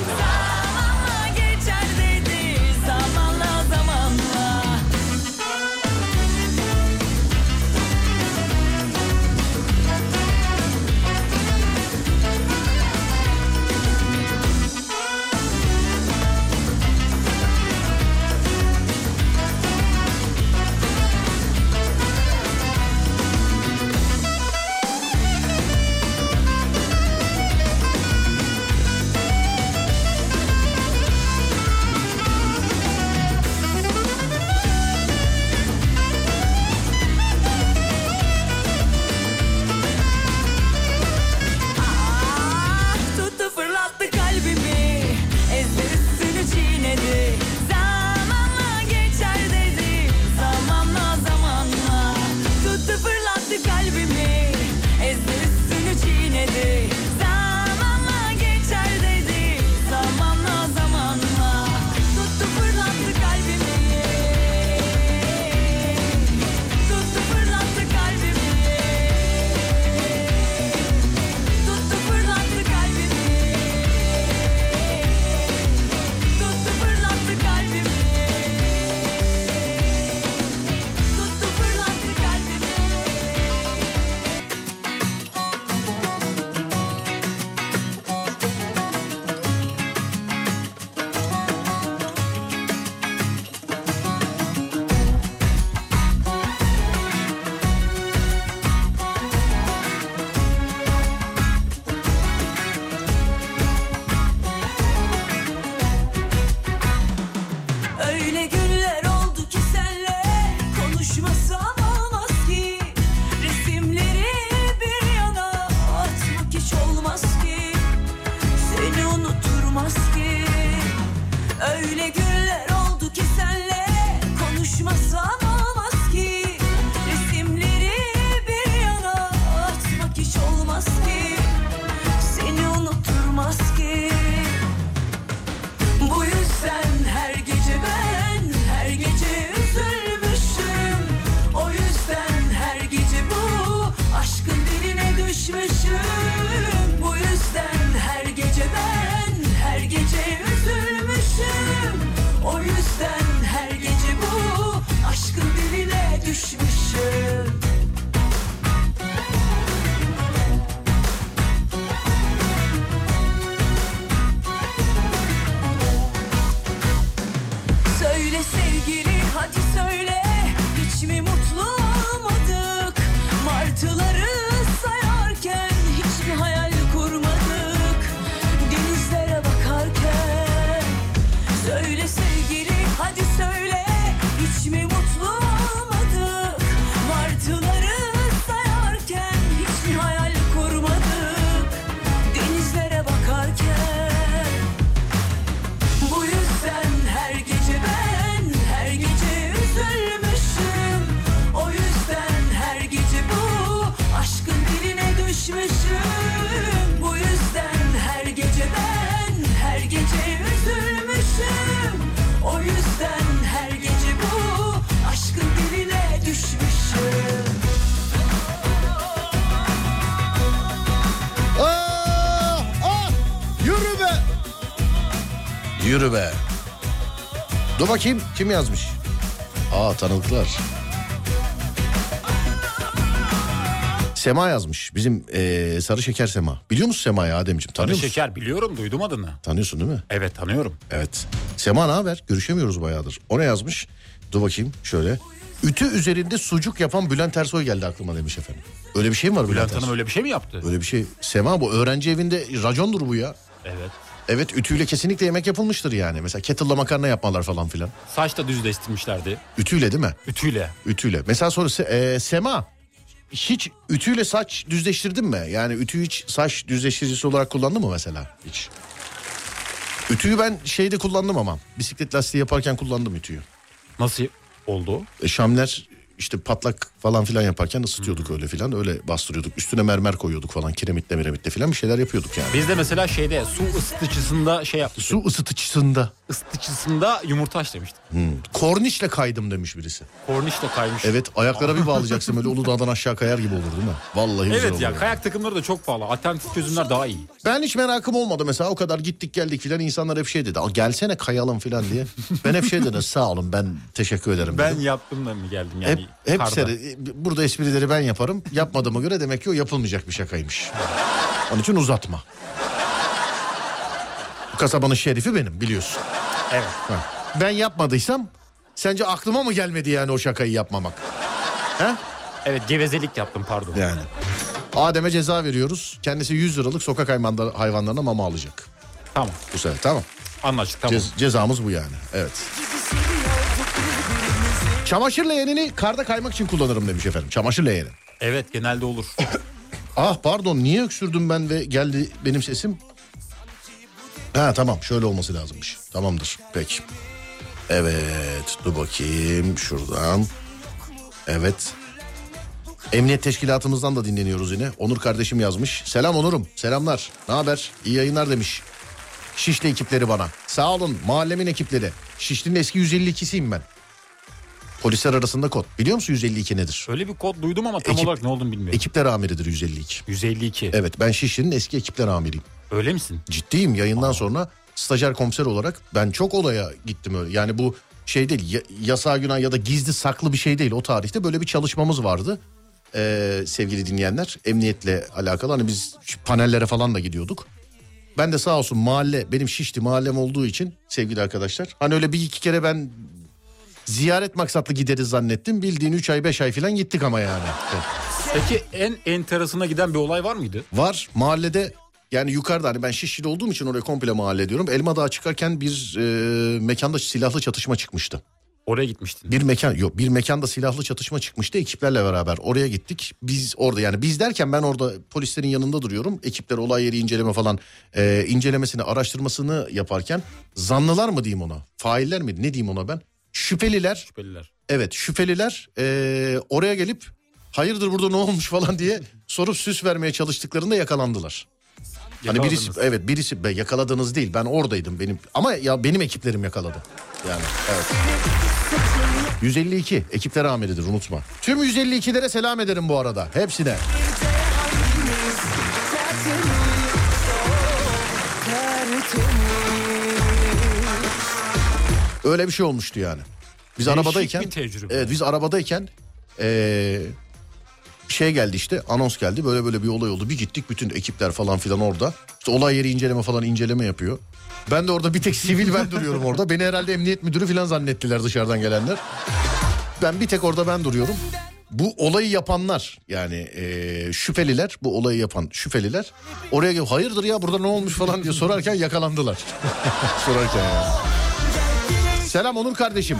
Yürü be. Dur bakayım kim yazmış? Tanıdıklar. Sema yazmış. Bizim Sarı Şeker Sema. Biliyor musun Sema'yı Ademciğim? Tanıyor musun? Şeker biliyorum, duydum adını. Tanıyorsun değil mi? Evet, tanıyorum. Evet. Sema ne haber? Görüşemiyoruz bayağıdır. O ne yazmış? Dur bakayım şöyle. Ütü üzerinde sucuk yapan Bülent Ersoy geldi aklıma demiş efendim. Öyle bir şey mi var Bülent Hanım öyle bir şey mi yaptı? Öyle bir şey. Sema bu öğrenci evinde racondur bu ya. Evet. Evet, ütüyle kesinlikle yemek yapılmıştır yani. Mesela kettle'la makarna yapmalar falan filan. Saç da düzleştirmişlerdi. Ütüyle değil mi? Ütüyle. Mesela sonra Sema hiç ütüyle saç düzleştirdin mi? Yani ütüyü hiç saç düzleştiricisi olarak kullandın mı mesela? Hiç. Ütüyü ben şeyde kullandım ama. Bisiklet lastiği yaparken kullandım ütüyü. Nasıl oldu o? Şamler işte patlak falan filan yaparken ısıtıyorduk öyle filan. Öyle bastırıyorduk. Üstüne mermer koyuyorduk falan. Kiremitle filan bir şeyler yapıyorduk yani. Biz de mesela şeyde su ısıtıcısında şey yaptık. Su ısıtıcısında. Isıtıcısında yumurta haşlamıştık. Kornişle kaydım demiş birisi. Kornişle kaymış. Evet, ayaklara bir bağlayacaksın böyle Uludağ'dan aşağı kayar gibi olur değil mi? Vallahi güzel Evet olur. ya, kayak takımları da çok pahalı. Alternatif çözümler daha iyi. Ben hiç merakım olmadı mesela, o kadar gittik geldik filan, insanlar hep şey dedi. Gelsene kayalım filan diye. Ben hep şey dedim, sağ olun ben teşekkür ederim Ben dedim. yaptım da mı geldim yani? Hep karda. burada esprileri ben yaparım. Yapmadığıma göre demek ki o yapılmayacak bir şakaymış. Onun için uzatma. Bu kasabanın şerifi benim, biliyorsun. Evet. Ha. Ben yapmadıysam sence aklıma mı gelmedi yani o şakayı yapmamak? He? Evet, gevezelik yaptım, pardon. Yani. Adem'e ceza veriyoruz. Kendisi 100 liralık sokak hayvanlarına mama alacak. Tamam. Bu sefer tamam. Anlaştık, tamam. Cezamız bu yani. Evet. Çamaşır leğenini karda kaymak için kullanırım demiş efendim. Çamaşır leğeni. Evet, genelde olur. Ah pardon, niye öksürdüm ben ve geldi benim sesim? Ha tamam, şöyle olması lazımmış. Tamamdır peki. Evet, dur bakayım şuradan. Evet. Emniyet teşkilatımızdan da dinleniyoruz yine. Onur kardeşim yazmış. Selam Onur'um, selamlar. Ne haber? İyi yayınlar demiş. Şişli ekipleri bana. Sağ olun, mahallemin ekipleri. Şişli'nin eski 152'siyim ben. Polisler arasında kod. Biliyor musun 152 nedir? Öyle bir kod duydum ama tam olarak ne olduğunu bilmiyorum. Ekipler amiridir 152. 152. Evet, ben Şişli'nin eski ekipler amiriyim. Öyle misin? Ciddiyim, yayından sonra stajyer komiser olarak ben çok olaya gittim öyle. Yani bu şey değil, yasağı günah ya da gizli saklı bir şey değil. O tarihte böyle bir çalışmamız vardı. Sevgili dinleyenler, emniyetle alakalı, hani biz panellere falan da gidiyorduk. Ben de sağ olsun benim Şişli mahallem olduğu için sevgili arkadaşlar, hani öyle bir iki kere ben ziyaret maksatlı gideriz zannettim. Bildiğin 3 ay 5 ay falan gittik ama yani. Evet. Peki en enteresanına giden bir olay var mıydı? Var mahallede, yani yukarıda, hani ben Şişli'de olduğum için oraya komple mahalle diyorum. Elmadağ'a çıkarken bir mekanda silahlı çatışma çıkmıştı. Oraya gitmiştin. Bir mekanda silahlı çatışma çıkmıştı, ekiplerle beraber oraya gittik. Biz orada, yani biz derken ben orada polislerin yanında duruyorum. Ekipler olay yeri inceleme falan incelemesini, araştırmasını yaparken zanlılar mı diyeyim ona, failler mi, ne diyeyim ona ben? Şüpheliler. Evet, şüpheliler oraya gelip hayırdır burada ne olmuş falan diye sorup süs vermeye çalıştıklarında yakalandılar. Hani birisi yakaladınız değil, ben oradaydım, benim ekiplerim yakaladı. Yani evet. 152 ekipler amiridir, unutma. Tüm 152'lere selam ederim bu arada, hepsine. Öyle bir şey olmuştu yani. Biz arabadayken, evet biz arabadayken şey geldi, işte anons geldi, böyle bir olay oldu. Bir gittik, bütün ekipler falan filan orada. İşte olay yeri inceleme yapıyor. Ben de orada bir tek sivil ben duruyorum orada. Beni herhalde emniyet müdürü falan zannettiler dışarıdan gelenler. Ben bir tek orada ben duruyorum. Bu olayı yapanlar, yani şüpheliler, bu olayı yapan şüpheliler oraya gelip hayırdır ya burada ne olmuş falan diye sorarken yakalandılar. Sorarken yani. Selam Onur kardeşim.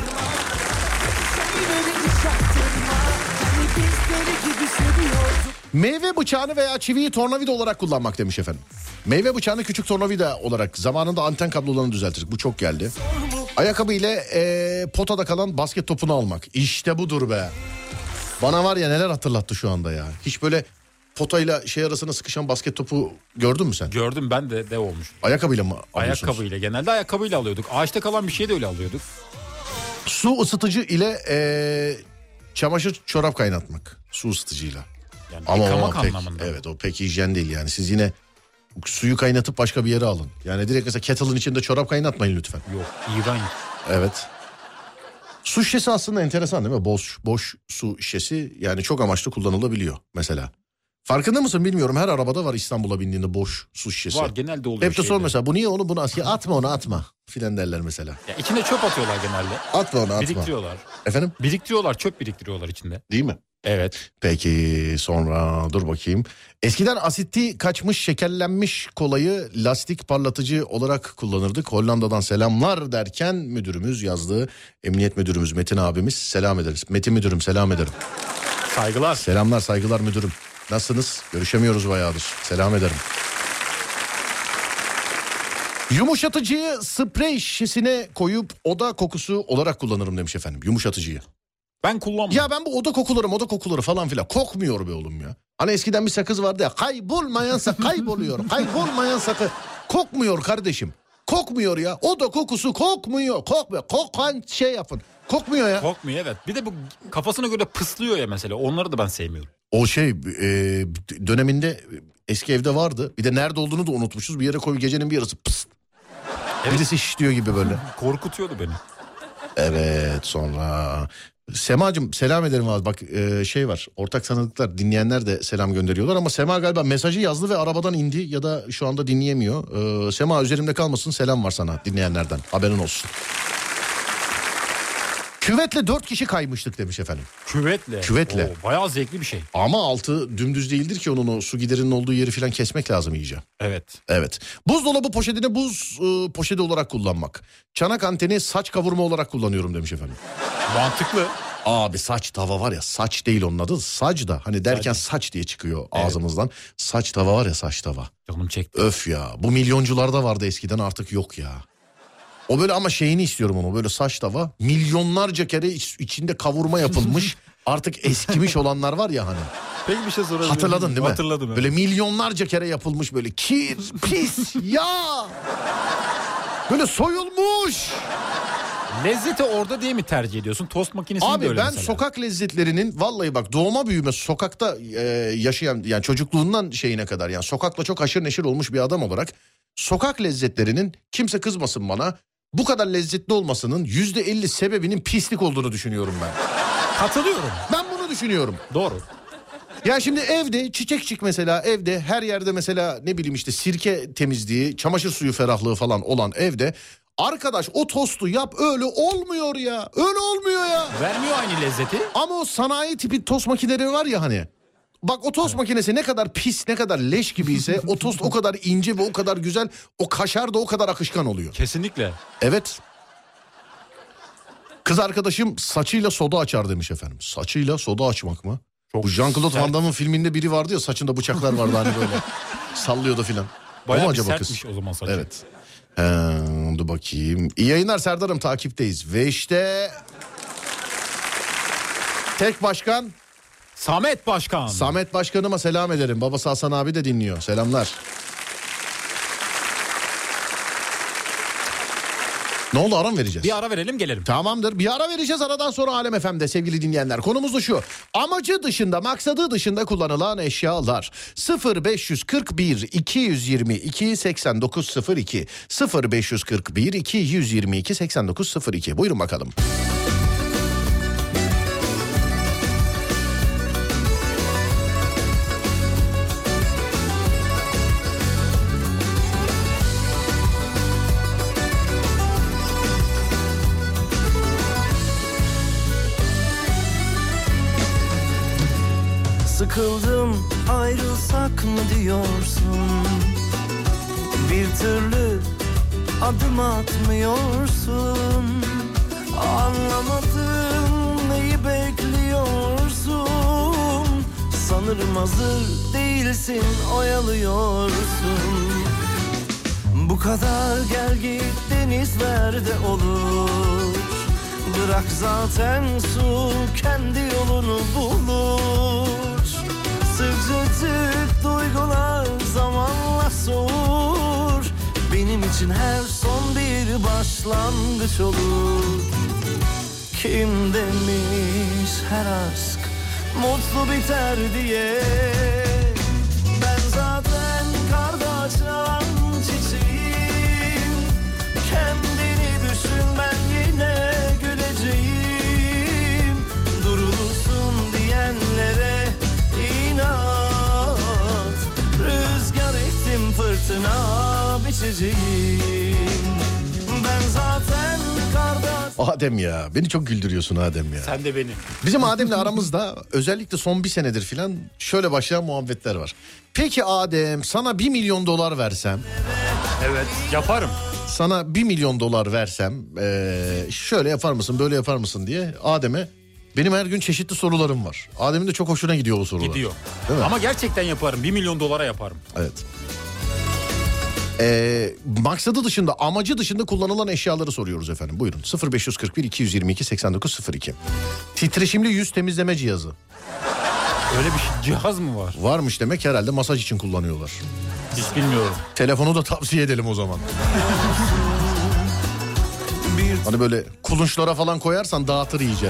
Meyve bıçağını veya çiviyi tornavida olarak kullanmak demiş efendim. Meyve bıçağını küçük tornavida olarak, zamanında anten kablolarını düzeltir. Bu çok geldi. Ayakkabı ile potada kalan basket topunu almak. İşte budur be. Bana var ya neler hatırlattı şu anda ya. Hiç böyle potayla şey arasına sıkışan basket topu gördün mü sen? Gördüm, ben de olmuş. Ayakkabıyla mı alıyorsunuz? Ayakkabıyla, genelde ayakkabıyla alıyorduk. Ağaçta kalan bir şey de öyle alıyorduk. Su ısıtıcı ile çamaşır çorap kaynatmak. Su ısıtıcıyla. Yani ama yıkamak pek, anlamında. evet, o pek hijyen değil yani. Siz yine suyu kaynatıp başka bir yere alın. Yani direkt mesela kettle'ın içinde çorap kaynatmayın lütfen. Yok, iğrenç. Evet. Su şişesi aslında enteresan değil mi? Boş su şişesi yani çok amaçlı kullanılabiliyor mesela. Farkında mısın bilmiyorum, her arabada var İstanbul'a bindiğinde boş su şişesi. Var, genelde oluyor. Hep de sor mesela, bu niye onu bunu atma onu atma filan derler mesela. Ya içine çöp atıyorlar genelde. Atma onu atma. Biriktiriyorlar. Efendim? Çöp biriktiriyorlar içinde. Değil mi? Evet. Peki sonra dur bakayım. Eskiden asiti kaçmış şekerlenmiş kolayı lastik parlatıcı olarak kullanırdık. Hollanda'dan selamlar derken müdürümüz yazdı. Emniyet müdürümüz Metin abimiz, selam ederiz. Metin müdürüm selam ederim. Saygılar. Selamlar saygılar müdürüm. Nasılsınız? Görüşemiyoruz bayağıdır. Selam ederim. Yumuşatıcıyı sprey şişesine koyup oda kokusu olarak kullanırım demiş efendim. Yumuşatıcıyı. Ben kullanmam. Ya ben bu oda kokuları falan filan kokmuyor be oğlum ya. Hani eskiden bir sakız vardı ya, kaybolmayan sakız kayboluyor. Kaybolmayan sakız kokmuyor kardeşim. Kokmuyor ya. Oda kokusu kokmuyor. Kokan şey yapın. Kokmuyor ya. Kokmuyor evet. Bir de bu kafasına göre pıslıyor ya mesela. Onları da ben sevmiyorum. O şey döneminde eski evde vardı. Bir de nerede olduğunu da unutmuşuz. Bir yere koy, gecenin bir yarısı pıst. Evet. Birisi şişliyor gibi böyle. Korkutuyordu beni. Evet, sonra Semacığım selam ederim abi. Bak şey var, ortak tanıdıklar, dinleyenler de selam gönderiyorlar ama Sema galiba mesajı yazdı ve arabadan indi ya da şu anda dinleyemiyor. Sema üzerimde kalmasın, selam var sana dinleyenlerden, haberin olsun. Küvetle 4 kişi kaymıştık demiş efendim. Küvetle. Oo, bayağı zevkli bir şey. Ama altı dümdüz değildir ki, onun o su giderinin olduğu yeri falan kesmek lazım iyice. Evet. Buzdolabı poşetini buz poşeti olarak kullanmak. Çanak anteni saç kavurma olarak kullanıyorum demiş efendim. Mantıklı. Abi saç tava var ya, saç değil onun adı, sac da hani derken saç diye çıkıyor ağzımızdan. Saç tava var ya, saç tava. Canım çekti. Öf ya, bu milyoncularda vardı eskiden, artık yok ya. O böyle ama şeyini istiyorum onu, böyle saç tava milyonlarca kere içinde kavurma yapılmış artık eskimiş olanlar var ya hani. Peki bir şey sorabilirim. Hatırladın değil mi? Hatırladım. Evet. Böyle milyonlarca kere yapılmış, böyle kir, pis, yağ. Böyle soyulmuş. Lezzeti orada diye mi tercih ediyorsun? Tost makinesini abi de öyle ben mesela. Sokak lezzetlerinin vallahi bak, doğma büyüme sokakta yaşayan, yani çocukluğundan şeyine kadar, yani sokakla çok haşır neşir olmuş bir adam olarak sokak lezzetlerinin, kimse kızmasın bana, bu kadar lezzetli olmasının %50 sebebinin pislik olduğunu düşünüyorum ben. Katılıyorum. Ben bunu düşünüyorum. Doğru. Ya şimdi evde çiçekçik mesela, evde her yerde mesela ne bileyim işte sirke temizliği, çamaşır suyu ferahlığı falan olan evde, arkadaş o tostu yap, öyle olmuyor ya. Öyle olmuyor ya. Vermiyor aynı lezzeti. Ama o sanayi tipi tost makineleri var ya hani. Bak o tost makinesi ne kadar pis, ne kadar leş gibiyse o tost o kadar ince ve o kadar güzel, o kaşar da o kadar akışkan oluyor. Kesinlikle. Evet. Kız arkadaşım saçıyla soda açar demiş efendim. Saçıyla soda açmak mı? Çok bu Jean-Claude sert. Van Damme'ın filminde biri vardı ya, saçında bıçaklar vardı hani böyle. Sallıyordu filan. Bayağı acaba sertmiş kız? o zaman saçı. Evet. Dur bakayım. İyi yayınlar Serdar'ım, takipteyiz. Ve işte tek başkan Samet Başkan. Samet Başkanıma selam ederim. Babası Hasan abi de dinliyor. Selamlar. Ne oldu, ara mı vereceğiz? Bir ara verelim, gelelim. Tamamdır, bir ara vereceğiz, aradan sonra Alem FM'de sevgili dinleyenler. Konumuz da şu: amacı dışında, maksadı dışında kullanılan eşyalar. 0541 222 8902 0541 222 8902. Buyurun bakalım. Sıkıldım, ayrılsak mı diyorsun? Bir türlü adım atmıyorsun. Anlamadım, neyi bekliyorsun? Sanırım hazır değilsin, oyalıyorsun. Bu kadar gel git denizlerde olur. Bırak zaten su kendi yolunu bulur. Sıcacık duygular zamanla soğur. Benim için her son bir başlangıç olur. Kim demiş her aşk mutlu biter diye. Ben zaten kardeşim, çiçeğim. Kendini düşün, ben yine güleceğim. Durulsun diyenlere inat. Rüzgar ettim, fırtına biçeceğim. Ben zaten kardeş. Adem ya, beni çok güldürüyorsun Adem ya. Sen de beni. Bizim Adem'le aramızda özellikle son bir senedir filan şöyle başlayan muhabbetler var. Peki Adem, sana $1 milyon versem. Evet, yaparım. Sana $1 milyon versem şöyle yapar mısın, böyle yapar mısın diye Adem'e benim her gün çeşitli sorularım var. Adem'in de çok hoşuna gidiyor bu sorular. Gidiyor. Değil mi? Ama gerçekten yaparım. $1 milyon yaparım. Evet. Maksadı dışında, amacı dışında kullanılan eşyaları soruyoruz efendim. Buyurun. 0541 222 8902. Titreşimli yüz temizleme cihazı. Öyle bir cihaz mı var? Varmış demek, herhalde masaj için kullanıyorlar. Hiç bilmiyorum. Telefonu da tavsiye edelim o zaman. Hani böyle kulunçlara falan koyarsan dağıtır iyice.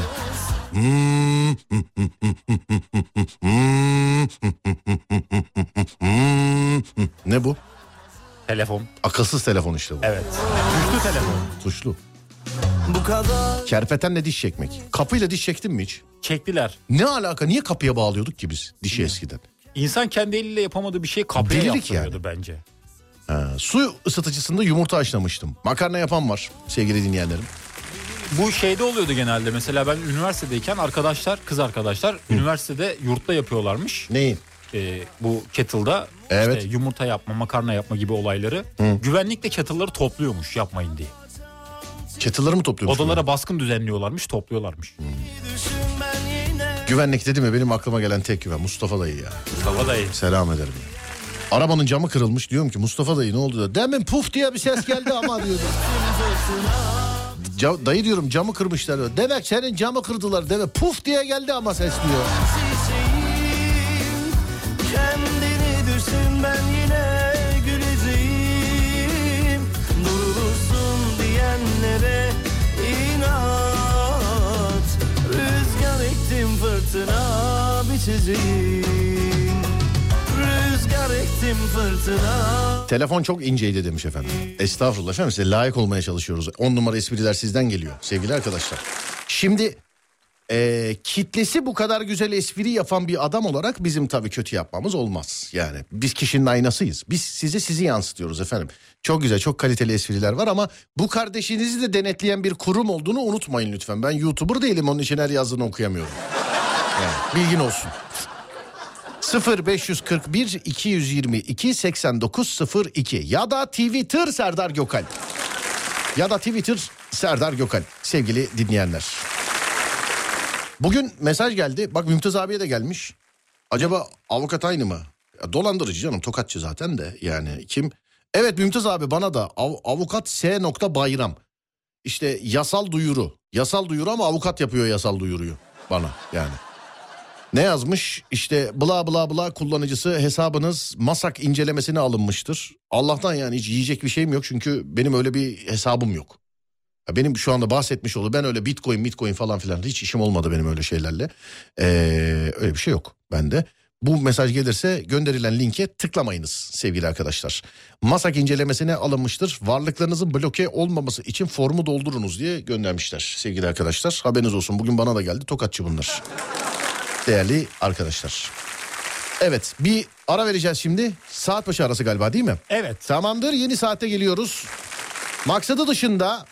Ne bu? Telefon. Akılsız telefon işte bu. Evet. Tuşlu telefon. Tuşlu. Bu kadar Kerpetenle diş çekmek. Kapıyla diş çektin mi hiç? Çektiler. Ne alaka? Niye kapıya bağlıyorduk ki biz dişi eskiden? İnsan kendi eliyle yapamadığı bir şey kapıya Delilik yaptırıyordu bence. Su ısıtıcısında yumurta haşlamıştım. Makarna yapan var sevgili dinleyenlerim. Bu şeyde oluyordu genelde. Mesela ben üniversitedeyken kız arkadaşlar üniversitede yurtta yapıyorlarmış. Neyi? Bu kettle'da Evet. işte yumurta yapma, makarna yapma gibi olayları. Güvenlik de kettle'ları topluyormuş yapmayın diye. Kettle'ları mı topluyormuş? Odalara baskın düzenliyorlarmış, topluyorlarmış. Güvenlik dedi mi benim aklıma gelen tek güven Mustafa dayı ya. Mustafa dayı. Selam ederim. Arabanın camı kırılmış, diyorum ki Mustafa dayı ne oldu da. Demin puf diye bir ses geldi ama diyordu. Dayı diyorum camı kırmışlar diyor. Demek senin camı kırdılar deme, puf diye geldi ama ses diyor. kendini düşün, ben yine güleceğim. Durulursun diyenlere inat. Rüzgar ektim, fırtına biçeceğim. Rüzgar ektim, fırtına. Telefon çok inceydi demiş efendim. Estağfurullah efendim, size layık olmaya çalışıyoruz. 10 numara espriler sizden geliyor sevgili arkadaşlar. Şimdi kitlesi bu kadar güzel espri yapan bir adam olarak bizim tabii kötü yapmamız olmaz. Yani biz kişinin aynasıyız. Biz sizi yansıtıyoruz efendim. Çok güzel, çok kaliteli espriler var ama bu kardeşinizi de denetleyen bir kurum olduğunu unutmayın lütfen. Ben YouTuber değilim, onun için her yazdığını okuyamıyorum. Yani bilgin olsun. 0541 222 8902 ya da Twitter Serdar Gökalp. Ya da Twitter Serdar Gökalp sevgili dinleyenler. Bugün mesaj geldi. Bak Mümtaz abiye de gelmiş. Acaba avukat aynı mı? Ya, dolandırıcı canım, tokatçı zaten de yani kim? Evet Mümtaz abi, bana da avukat S. Bayram. İşte yasal duyuru. Yasal duyuru ama avukat yapıyor yasal duyuruyu bana yani. Ne yazmış? İşte bla bla bla kullanıcısı hesabınız MASAK incelemesine alınmıştır. Allah'tan yani hiç yiyecek bir şeyim yok çünkü benim öyle bir hesabım yok. Ya benim şu anda bahsetmiş olduğum, ben öyle bitcoin falan filan hiç işim olmadı benim öyle şeylerle. Öyle bir şey yok bende. Bu mesaj gelirse gönderilen linke tıklamayınız sevgili arkadaşlar. MASAK incelemesine alınmıştır. Varlıklarınızın bloke olmaması için formu doldurunuz diye göndermişler sevgili arkadaşlar. Haberiniz olsun, bugün bana da geldi, tokatçı bunlar. Değerli arkadaşlar. Evet, bir ara vereceğiz şimdi. Saat başı arası galiba değil mi? Evet. Tamamdır, yeni saatte geliyoruz. Maksadı dışında,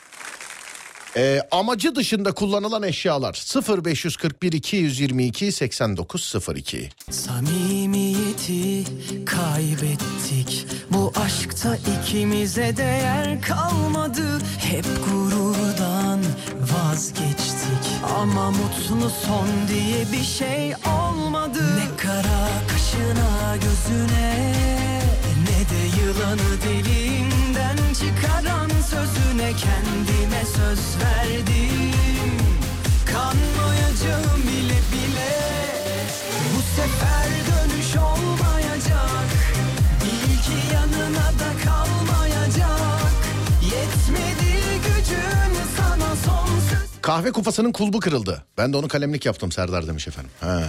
amacı dışında kullanılan eşyalar 0541 222 8902. Samimiyeti kaybettik. Bu aşkta ikimize değer kalmadı. Hep gururdan vazgeçtik. Ama mutlu son diye bir şey olmadı. Ne kara kaşına gözüne, ne de yılanı dilinden çıkaran sözüne kendime söz verdim. Kanmayacağım bile bile. Bu sefer dönüş olmayacak. Bil ki yanına da kalmayacak. Yetmedi gücün sana sonsuz. Kahve kupasının kulbu kırıldı. Ben de onu kalemlik yaptım Serdar demiş efendim.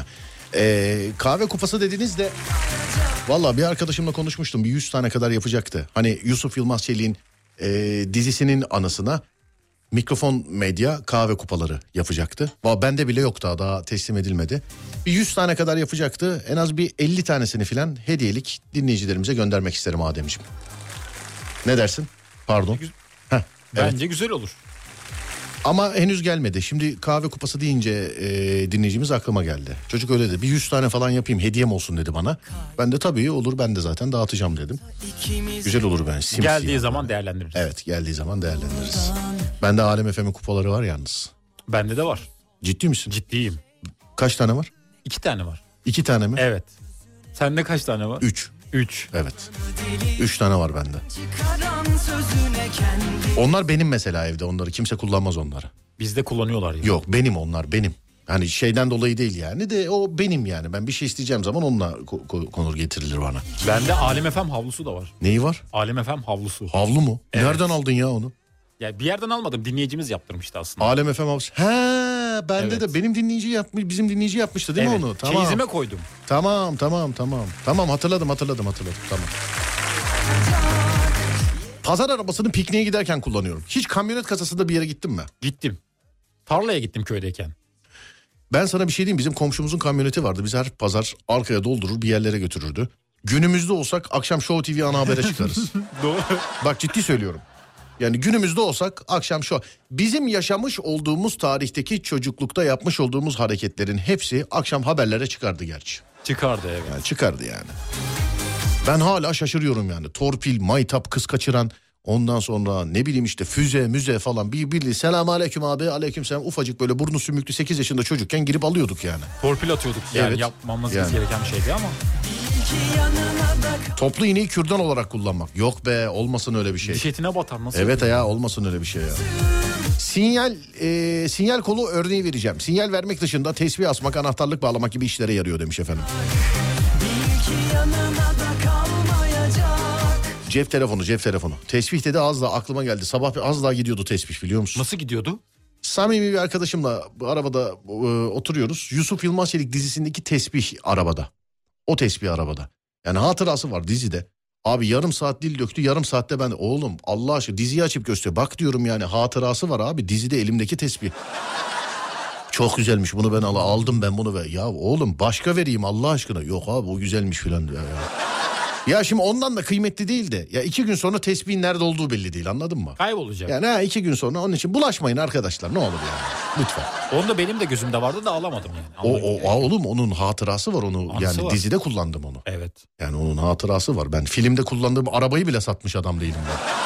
Kahve kupası dediniz de valla bir arkadaşımla konuşmuştum. Bir 100 tane kadar yapacaktı. Hani Yusuf Yılmaz Çelik'in dizisinin anısına Mikrofon Medya kahve kupaları yapacaktı. Bende bile yok, daha teslim edilmedi. Bir 100 tane kadar yapacaktı. En az bir 50 tanesini filan hediyelik dinleyicilerimize göndermek isterim Ademciğim. Ne dersin? Pardon. Bence güzel olur. Ama henüz gelmedi. Şimdi kahve kupası deyince dinleyicimiz aklıma geldi. Çocuk öyle dedi. Bir 100 tane falan yapayım, hediyem olsun dedi bana. Ben de tabii olur, ben de zaten dağıtacağım dedim. Güzel olur ben. Geldiği zaman değerlendiririz. Evet, geldiği zaman değerlendiririz. Bende Alem FM'in kupaları var yalnız. Bende de var. Ciddi misin? Ciddiyim. Kaç tane var? 2 tane var. 2 tane mi? Evet. Sende kaç tane var? 3. 3. Evet. 3 tane var bende. Çıkaran sözüne kendi. Onlar benim mesela evde, onları kimse kullanmaz onları. Bizde kullanıyorlar ya. Yok, benim onlar, benim. Hani şeyden dolayı değil yani de o benim yani. Ben bir şey isteyeceğim zaman onunla konur getirilir bana. Bende Alem FM havlusu da var. Neyi var? Alem FM havlusu. Havlu mu? Evet. Nereden aldın ya onu? Ya bir yerden almadım. Dinleyicimiz yaptırmıştı aslında. Alem FM havlusu. He, bende Evet. de benim dinleyici yapmış, bizim dinleyici yapmıştı değil mi onu? Tamam. Çeyizime koydum. Tamam. Tamam, hatırladım. Tamam. Pazar arabasını pikniğe giderken kullanıyorum. Hiç kamyonet kasasında bir yere gittin mi? Gittim. Tarlaya gittim köydeyken. Ben sana bir şey diyeyim, bizim komşumuzun kamyoneti vardı. Biz her pazar arkaya doldurur bir yerlere götürürdü. Günümüzde olsak akşam Show TV ana habere çıkarız. Doğru. Bak ciddi söylüyorum. Yani günümüzde olsak akşam bizim yaşamış olduğumuz tarihteki çocuklukta yapmış olduğumuz hareketlerin hepsi akşam haberlere çıkardı gerçi. Çıkardı evet. Yani çıkardı yani. Ben hala şaşırıyorum yani. Torpil, maytap, kız kaçıran, ondan sonra ne bileyim işte füze, müze falan bir selamun aleyküm abi, aleyküm selam, ufacık böyle burnu sümüklü 8 yaşında çocukken girip alıyorduk yani. Torpil atıyorduk yani Evet. yapmamız Yani. gereken bir şeydi ama. Toplu iğneyi kürdan olarak kullanmak. Yok be, olmasın öyle bir şey. Diş etine batar nasıl? Evet ya, olmasın öyle bir şey ya. Sinyal kolu örneği vereceğim. Sinyal vermek dışında tesbih asmak, anahtarlık bağlamak gibi işlere yarıyor demiş efendim. Cep telefonu. Tesbih dedi, az daha aklıma geldi. Sabah az daha gidiyordu tesbih, biliyor musun? Nasıl gidiyordu? Samimi bir arkadaşımla arabada oturuyoruz. Yusuf Yılmaz Çelik dizisindeki tesbih arabada. O tesbih arabada. Yani hatırası var dizide. Abi yarım saat dil döktü, yarım saatte ben oğlum Allah aşkına diziyi açıp göster. Bak diyorum yani, hatırası var abi dizide elimdeki tesbih. Çok güzelmiş, bunu ben aldım ben bunu ve ya oğlum başka vereyim Allah aşkına. Yok abi o güzelmiş filan diyor ya. Ya şimdi ondan da kıymetli değil de ya 2 gün sonra tesbihin nerede olduğu belli değil, anladın mı? Kaybolacak. Yani 2 gün sonra, onun için bulaşmayın arkadaşlar, ne olur yani lütfen. Onu da benim de gözümde vardı da alamadım yani. Oğlum onun hatırası var, onu Anısı yani var. dizide kullandım onu. Evet. Yani onun hatırası var. Ben filmde kullandığım arabayı bile satmış adam değilim ben.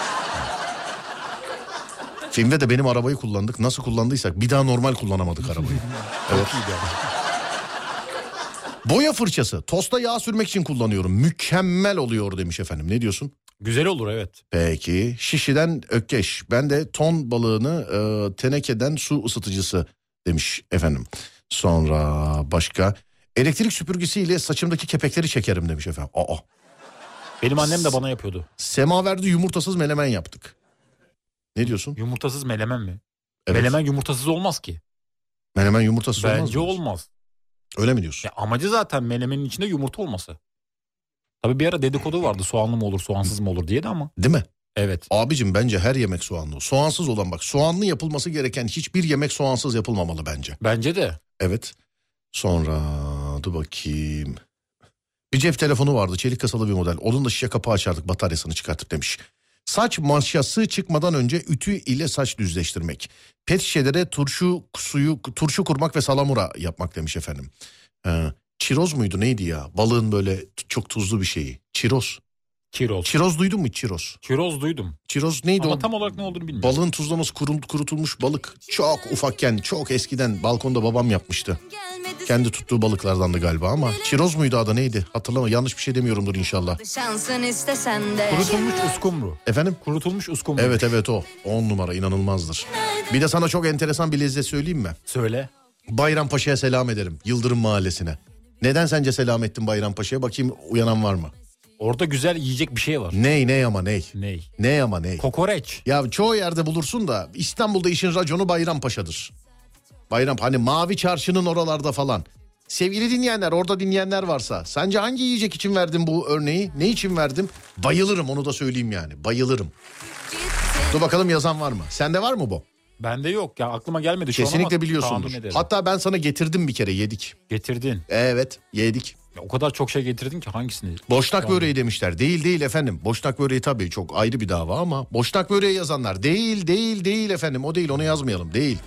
Filmde de benim arabayı kullandık. Nasıl kullandıysak bir daha normal kullanamadık arabayı. Evet. Boya fırçası. Tosta yağ sürmek için kullanıyorum. Mükemmel oluyor demiş efendim. Ne diyorsun? Güzel olur evet. Peki. Şişiden Ökkeş. Ben de ton balığını tenekeden su ısıtıcısı demiş efendim. Sonra başka. Elektrik süpürgesiyle saçımdaki kepekleri çekerim demiş efendim. Benim annem de bana yapıyordu. Semaverde yumurtasız menemen yaptık. Ne diyorsun? Yumurtasız menemen mi? Evet. Menemen yumurtasız olmaz ki. Menemen yumurtasız olmaz mı? Bence olmaz. Öyle mi diyorsun? Ya amacı zaten menemenin içinde yumurta olması. Tabii bir ara dedikodu vardı, soğanlı mı olur soğansız mı olur diye de ama. Değil mi? Evet. Abicim bence her yemek soğanlı. Soğansız olan, bak soğanlı yapılması gereken hiçbir yemek soğansız yapılmamalı bence. Bence de. Evet. Sonra dur bakayım. Bir cep telefonu vardı, çelik kasalı bir model. Onun da şişe kapağı açardık bataryasını çıkartıp demiş. Saç maşası çıkmadan önce ütü ile saç düzleştirmek. Pet şişelere turşu kurmak ve salamura yapmak demiş efendim. Çiroz muydu neydi ya? Balığın böyle çok tuzlu bir şeyi. Çiroz. Kiroz. Çiroz duydun mu hiç çiroz? Kiroz duydum. Çiroz neydi Ama o? tam olarak ne olduğunu bilmiyorum. Balığın tuzlaması, kurutulmuş balık. Çok ufakken, çok eskiden balkonda babam yapmıştı. Kendi tuttuğu balıklardandı galiba ama çiroz muydu adı, neydi? Hatırlama, yanlış bir şey demiyorumdur inşallah. Şansın istesen de. Kurutulmuş uskumru. Efendim? Kurutulmuş uskumru. Evet o. 10 numara, inanılmazdır. Bir de sana çok enteresan bir lezzet söyleyeyim mi? Söyle. Bayrampaşa'ya selam ederim. Yıldırım Mahallesi'ne. Neden sence selam ettin Bayrampaşa'ya? Bakayım uyanan var mı? Orada güzel yiyecek bir şey var. Ney ama ney? Ney? Ney ama ney? Kokoreç. Ya çoğu yerde bulursun da İstanbul'da işin raconu Bayrampaşa'dır. Hani Mavi Çarşı'nın oralarda falan. Sevgili dinleyenler, orada dinleyenler varsa sence hangi yiyecek için verdim bu örneği? Ne için verdim? Bayılırım, onu da söyleyeyim yani. Bayılırım. Dur bakalım yazan var mı? Sende var mı bu? Bende yok ya, aklıma gelmedi şu an ama Kesinlikle biliyorsundur. tahmin ederim. Hatta ben sana getirdim bir kere, yedik. Getirdin. Evet, yedik. Ya o kadar çok şey getirdin ki hangisini? Boşnak böreği demişler. Değil efendim. Boşnak böreği tabii çok ayrı bir dava ama boşnak böreği yazanlar değil efendim. O değil, onu yazmayalım. Değil.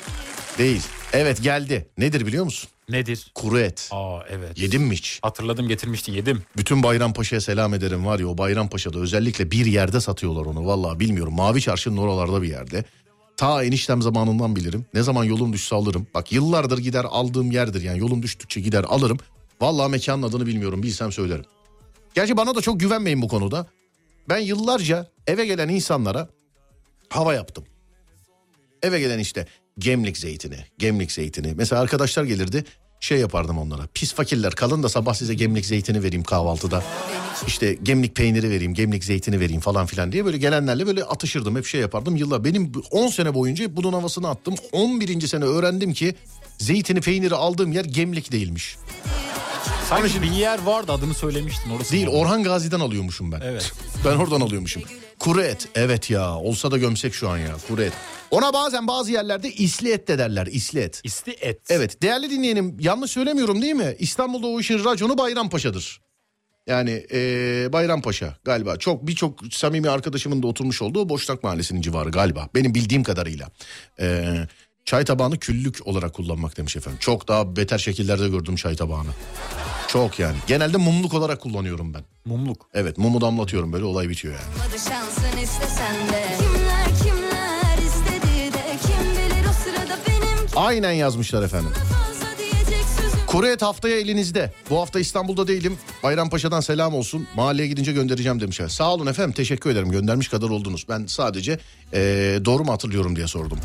Evet, geldi. Nedir biliyor musun? Nedir? Kuru et. Evet. Yedin mi hiç? Hatırladım, getirmiştin, yedim. Bütün Bayrampaşa'ya selam ederim, var ya o Bayrampaşa'da özellikle bir yerde satıyorlar onu, vallahi bilmiyorum. Mavi Çarşı'nın oralarda bir yerde. Ta eniştem zamanından bilirim. Ne zaman yolum düşse alırım. Bak yıllardır gider aldığım yerdir yani, yolum düştükçe gider alırım. Vallahi mekanın adını bilmiyorum, bilsem söylerim. Gerçi bana da çok güvenmeyin bu konuda. Ben yıllarca eve gelen insanlara hava yaptım. Eve gelen işte gemlik zeytini. Mesela arkadaşlar gelirdi, şey yapardım onlara. Pis fakirler, kalın da sabah size gemlik zeytini vereyim kahvaltıda. İşte gemlik peyniri vereyim, gemlik zeytini vereyim falan filan diye böyle gelenlerle böyle atışırdım. Hep şey yapardım yıllar. Benim 10 sene boyunca bunun havasını attım. 11. sene öğrendim ki zeytini peyniri aldığım yer gemlik değilmiş. Sanki bir yer vardı, adını söylemiştin. Orası Değil, mı? Orhan Gazi'den alıyormuşum ben. Evet. Ben oradan alıyormuşum. Kuru et, evet ya, olsa da gömsek şu an ya, kuru et. Ona bazen bazı yerlerde isli et de derler, isli et. İsti et. Evet, değerli dinleyenim, yanlış söylemiyorum değil mi? İstanbul'da o işin raconu Bayrampaşa'dır. Yani Bayrampaşa galiba. Birçok samimi arkadaşımın da oturmuş olduğu Boşnak Mahallesi'nin civarı galiba. Benim bildiğim kadarıyla. Çay tabağını küllük olarak kullanmak demiş efendim. Çok daha beter şekillerde gördüm çay tabağını. Çok yani. Genelde mumluk olarak kullanıyorum ben. Mumluk. Evet, mumu damlatıyorum, böyle olay bitiyor yani. Hadi şansın istesen de. Kimler istedi de kim bilir o sırada benim Aynen yazmışlar efendim. fazla diyecek sözüm. Kuru et haftaya elinizde. Bu hafta İstanbul'da değilim. Bayrampaşa'dan selam olsun. Mahalleye gidince göndereceğim demişler. Sağ olun efendim, teşekkür ederim. Göndermiş kadar oldunuz. Ben sadece doğru mu hatırlıyorum diye sordum.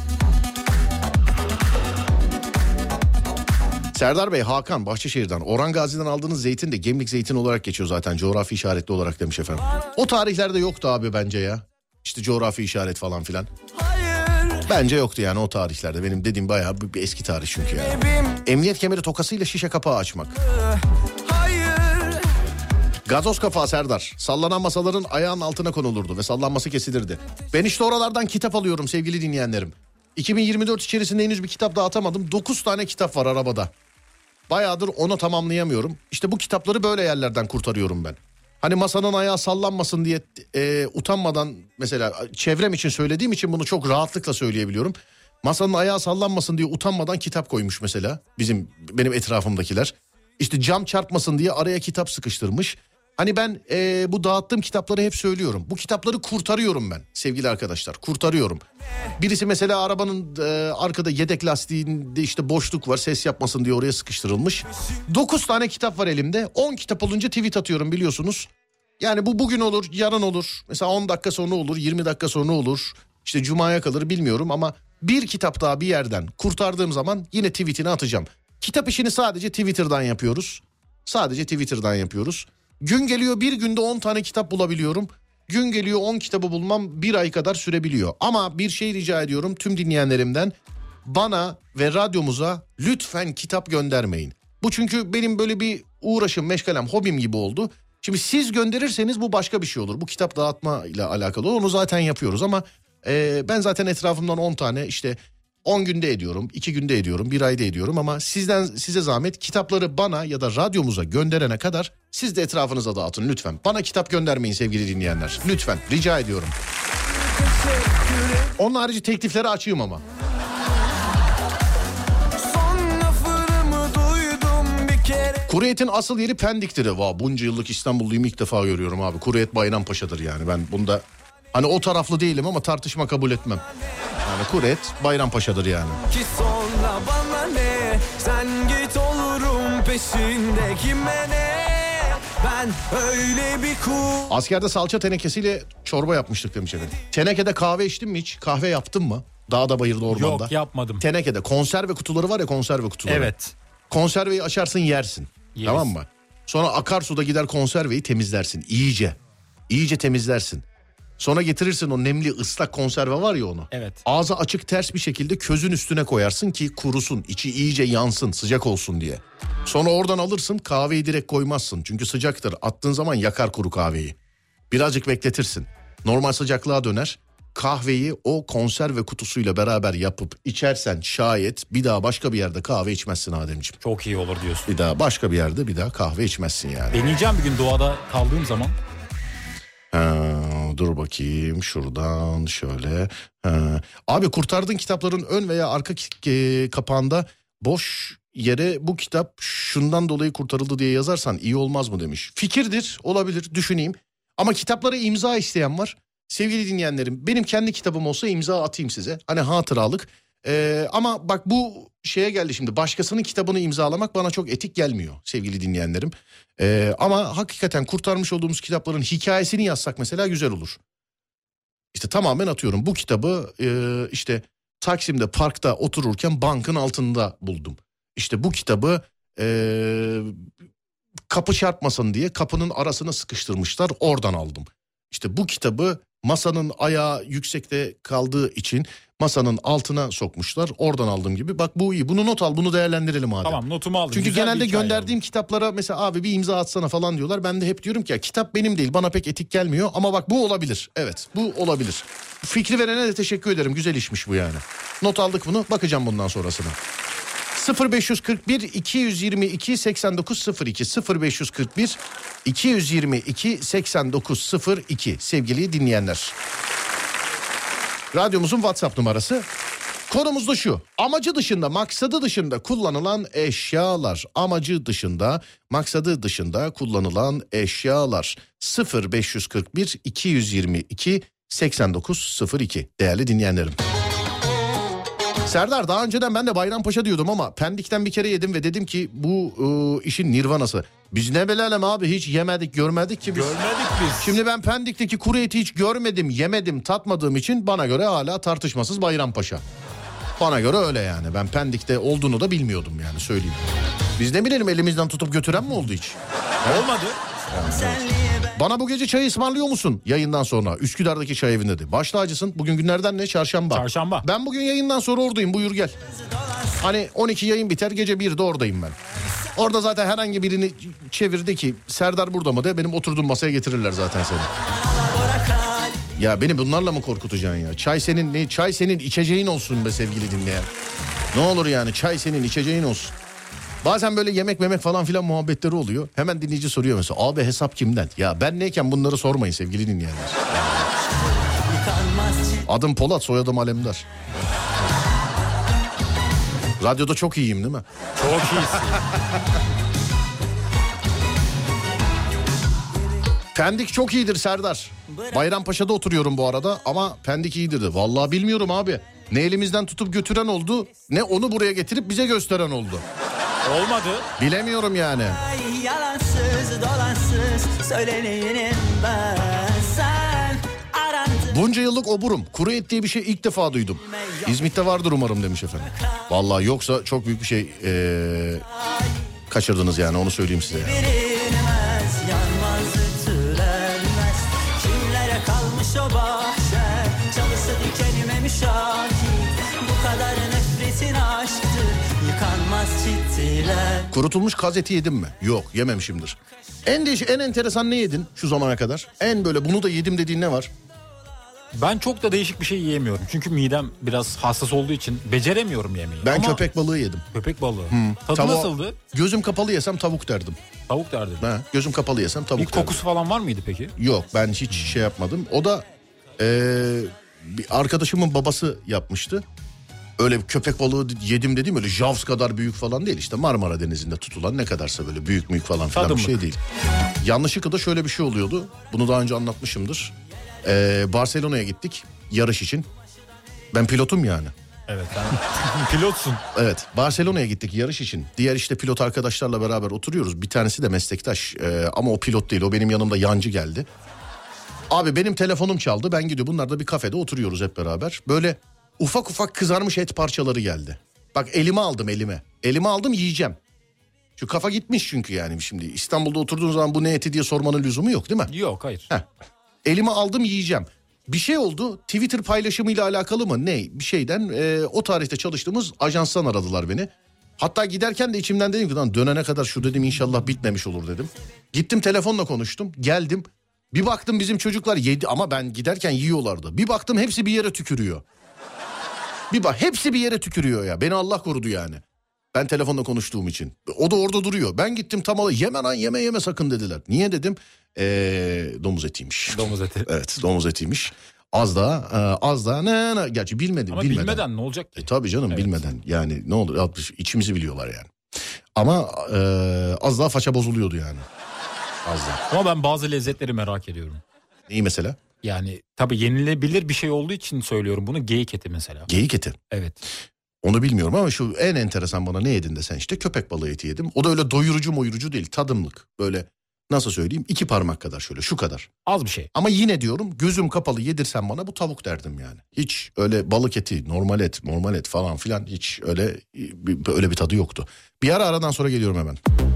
Serdar Bey, Hakan Bahçeşehir'den, Orhan Gazi'den aldığınız zeytin de gemlik zeytin olarak geçiyor zaten, coğrafi işaretli olarak demiş efendim. O tarihlerde yoktu abi bence ya. İşte coğrafi işaret falan filan. Bence yoktu yani o tarihlerde. Benim dediğim bayağı bir eski tarih çünkü yani. Emniyet kemeri tokasıyla şişe kapağı açmak. Gazoz kafağı Serdar. Sallanan masaların ayağının altına konulurdu ve sallanması kesilirdi. Ben işte oralardan kitap alıyorum sevgili dinleyenlerim. 2024 içerisinde henüz bir kitap dağıtamadım. 9 tane kitap var arabada. Bayağıdır onu tamamlayamıyorum. İşte bu kitapları böyle yerlerden kurtarıyorum ben. Hani masanın ayağı sallanmasın diye utanmadan, mesela çevrem için söylediğim için bunu çok rahatlıkla söyleyebiliyorum. Masanın ayağı sallanmasın diye utanmadan kitap koymuş mesela benim etrafımdakiler. İşte cam çarpmasın diye araya kitap sıkıştırmış. Hani ben bu dağıttığım kitapları hep söylüyorum. Bu kitapları kurtarıyorum ben sevgili arkadaşlar, kurtarıyorum. Birisi mesela arabanın arkada yedek lastiğinde işte boşluk var, ses yapmasın diye oraya sıkıştırılmış. 9 tane kitap var elimde. 10 kitap olunca tweet atıyorum biliyorsunuz. Yani bu bugün olur, yarın olur. Mesela 10 dakika sonra olur, 20 dakika sonra olur. İşte cumaya kalır bilmiyorum ama bir kitap daha bir yerden kurtardığım zaman yine tweetini atacağım. Kitap işini sadece Twitter'dan yapıyoruz. Sadece Twitter'dan yapıyoruz. Gün geliyor bir günde 10 tane kitap bulabiliyorum. Gün geliyor 10 kitabı bulmam 1 ay kadar sürebiliyor. Ama bir şey rica ediyorum tüm dinleyenlerimden. Bana ve radyomuza lütfen kitap göndermeyin. Bu çünkü benim böyle bir uğraşım, meşgalem, hobim gibi oldu. Şimdi siz gönderirseniz bu başka bir şey olur. Bu kitap dağıtma ile alakalı, onu zaten yapıyoruz ama ben zaten etrafımdan 10 tane işte 10 günde ediyorum, 2 günde ediyorum, 1 ayda ediyorum ama size zahmet kitapları bana ya da radyomuza gönderene kadar siz de etrafınıza dağıtın lütfen. Bana kitap göndermeyin sevgili dinleyenler. Lütfen rica ediyorum. Onun harici teklifleri açayım ama. Kuru etin asıl yeri Pendik'tir. Bunca yıllık İstanbulluyum, ilk defa görüyorum abi. Kuru et Bayrampaşa'dır yani. Ben bunda hani o taraflı değilim ama tartışma kabul etmem. Yani kuru et Bayrampaşa'dır yani. Ki sonra bana ne? Sen git olurum peşinde kime ne? Ben öyle bir kul. Askerde salça tenekesiyle çorba yapmıştık demiş efendim. Tenekede kahve içtin mi hiç? Kahve yaptın mı? Dağda, bayırda, ormanda. Yok, yapmadım. Tenekede konserve kutuları var ya, konserve kutuları. Evet. Konserveyi açarsın, yersin. Yeriz. Tamam mı? Sonra akarsuda gider konserveyi temizlersin iyice. İyice temizlersin. Sonra getirirsin o nemli ıslak konserve var ya onu. Evet. Ağzı açık ters bir şekilde közün üstüne koyarsın ki kurusun. İçi iyice yansın, sıcak olsun diye. Sonra oradan alırsın, kahveyi direkt koymazsın. Çünkü sıcaktır. Attığın zaman yakar kuru kahveyi. Birazcık bekletirsin. Normal sıcaklığa döner. Kahveyi o konserve kutusuyla beraber yapıp içersen şayet bir daha başka bir yerde kahve içmezsin Ademciğim. Çok iyi olur diyorsun. Bir daha başka bir yerde bir daha kahve içmezsin yani. Deneyeceğim bir gün doğada kaldığım zaman. Dur bakayım şuradan şöyle. Abi kurtardığın kitapların ön veya arka kapağında boş yere bu kitap şundan dolayı kurtarıldı diye yazarsan iyi olmaz mı demiş. Fikirdir, olabilir, düşüneyim. Ama kitaplara imza isteyen var. Sevgili dinleyenlerim, benim kendi kitabım olsa imza atayım size. Hani hatıralık. Ama bak bu şeye geldi şimdi. Başkasının kitabını imzalamak bana çok etik gelmiyor sevgili dinleyenlerim. Ama hakikaten kurtarmış olduğumuz kitapların hikayesini yazsak mesela güzel olur. İşte tamamen atıyorum bu kitabı işte Taksim'de parkta otururken bankın altında buldum. İşte bu kitabı kapı çarpmasın diye kapının arasına sıkıştırmışlar, oradan aldım. İşte bu kitabı masanın ayağı yüksekte kaldığı için masanın altına sokmuşlar, oradan aldım gibi. Bak bu iyi, bunu not al, bunu değerlendirelim madem. Tamam, notumu aldım. Çünkü Güzel genelde bir hikaye gönderdiğim kitaplara mesela abi bir imza atsana falan diyorlar. Ben de hep diyorum ki ya kitap benim değil, bana pek etik gelmiyor ama bak bu olabilir. Evet, bu olabilir. Fikri verene de teşekkür ederim, güzel işmiş bu yani. Not aldık bunu, bakacağım bundan sonrasına. 0541 222 8902 0541 222 8902 sevgili dinleyenler. Radyomuzun WhatsApp numarası. Konumuz da şu: amacı dışında, maksadı dışında kullanılan eşyalar. Amacı dışında, maksadı dışında kullanılan eşyalar. 0541 222 8902 değerli dinleyenlerim. Serdar, daha önceden ben de Bayrampaşa diyordum ama Pendik'ten bir kere yedim ve dedim ki bu işin nirvanası. Biz ne bilelim abi, hiç yemedik görmedik ki biz. Görmedik biz. Şimdi ben Pendik'teki kuru eti hiç görmedim, yemedim, tatmadığım için bana göre hala tartışmasız Bayrampaşa. Bana göre öyle yani. Ben Pendik'te olduğunu da bilmiyordum yani, söyleyeyim. Biz ne bilelim, elimizden tutup götüren mi oldu hiç? Olmadı. Yani. Bana bu gece çay ısmarlıyor musun yayından sonra? Üsküdar'daki çay evinde de. Baş tacısın. Bugün günlerden ne? Çarşamba. Çarşamba. Ben bugün yayından sonra oradayım, buyur gel. Hani 12 yayın biter, gece 1'de oradayım ben. Orada zaten herhangi birini çevirdi ki Serdar burada mı de, benim oturduğum masaya getirirler zaten seni. Ya beni bunlarla mı korkutacaksın ya? Çay senin ne? Çay senin içeceğin olsun be sevgili dinleyen. Ne olur yani, çay senin içeceğin olsun. Bazen böyle yemek memek falan filan muhabbetleri oluyor. Hemen dinleyici soruyor mesela, abi hesap kimden? Ya ben neyken bunları sormayın sevgili dinleyenler. Adım Polat, soyadım Alemdar. Radyoda çok iyiyim değil mi? Çok iyisin. Pendik çok iyidir Serdar. Bayrampaşa'da oturuyorum bu arada ama Pendik iyidir de. Vallahi bilmiyorum abi. Ne elimizden tutup götüren oldu, ne onu buraya getirip bize gösteren oldu. Olmadı. Bilemiyorum yani. Yalansız dolansız söyleneyim ben, sen arandın. Bunca yıllık oburum. Kuru et diye bir şey ilk defa duydum. İzmit'te vardır umarım demiş efendim. Vallahi yoksa çok büyük bir şey kaçırdınız yani, onu söyleyeyim size. Yani. Bilinmez, yanmaz, ütülenmez. Kimlere kalmış o bahçe? Çalısı dikenime müşahit. Bu kadar nefretin aşktır. Yıkanmaz çitiler. Kurutulmuş kaz eti yedin mi? Yok, yememişimdir. En enteresan ne yedin şu zamana kadar? En böyle bunu da yedim dediğin ne var? Ben çok da değişik bir şey yiyemiyorum. Çünkü midem biraz hassas olduğu için beceremiyorum yemeği. Ben ama köpek balığı yedim. Köpek balığı. Tadı nasıldı? Gözüm kapalı yesem tavuk derdim. Tavuk derdim. Ha, gözüm kapalı yesem tavuk Bir derdim. kokusu falan var mıydı peki? Yok, ben hiç şey yapmadım. O da bir arkadaşımın babası yapmıştı. Öyle bir köpek balığı yedim dediğim öyle Jaws kadar büyük falan değil. İşte Marmara Denizi'nde tutulan ne kadarsa böyle büyük falan filan bir şey değil. Yanlışlıkla da şöyle bir şey oluyordu. Bunu daha önce anlatmışımdır. Barcelona'ya gittik yarış için. Ben pilotum yani. Evet, sen pilotsun. Evet, Barcelona'ya gittik yarış için. Diğer işte pilot arkadaşlarla beraber oturuyoruz. Bir tanesi de meslektaş ama o pilot değil, o benim yanımda yancı geldi. Abi benim telefonum çaldı, ben gidiyorum. Bunlar da bir kafede oturuyoruz hep beraber. Böyle ufak ufak kızarmış et parçaları geldi. Bak elime aldım. Elime aldım, yiyeceğim. Şu kafa gitmiş çünkü yani şimdi. İstanbul'da oturduğun zaman bu ne eti diye sormanın lüzumu yok değil mi? Yok, hayır. Heh. Elime aldım, yiyeceğim. Bir şey oldu, Twitter paylaşımıyla alakalı mı ne bir şeyden o tarihte çalıştığımız ajanstan aradılar beni. Hatta giderken de içimden dedim ki lan dönene kadar şu dedim inşallah bitmemiş olur dedim. Gittim telefonla konuştum, geldim. Bir baktım bizim çocuklar yedi ama ben giderken yiyorlardı. Bir baktım hepsi bir yere tükürüyor. Hepsi bir yere tükürüyor ya. Beni Allah korudu yani. Ben telefonla konuştuğum için. O da orada duruyor. Ben gittim tam olarak yeme lan yeme sakın dediler. Niye dedim? Domuz etiymiş. Domuz eti. Evet, domuz etiymiş. Az daha ne gerçi bilmedim. Ama bilmeden ne olacak ki? Tabii canım, evet. Bilmeden yani ne olur içimizi biliyorlar yani. Ama az daha faça bozuluyordu yani. Az daha. Ama ben bazı lezzetleri merak ediyorum. İyi mesela? Yani tabii yenilebilir bir şey olduğu için söylüyorum bunu. Geyik eti mesela. Geyik eti. Evet. Onu bilmiyorum ama şu en enteresan, bana ne yedin desen işte köpek balığı eti yedim. O da öyle doyurucu değil, tadımlık. Böyle nasıl söyleyeyim, 2 parmak kadar, şöyle şu kadar. Az bir şey. Ama yine diyorum, gözüm kapalı yedirsen bana bu tavuk derdim yani. Hiç öyle balık eti, normal et falan filan, hiç öyle bir tadı yoktu. Bir aradan sonra geliyorum hemen.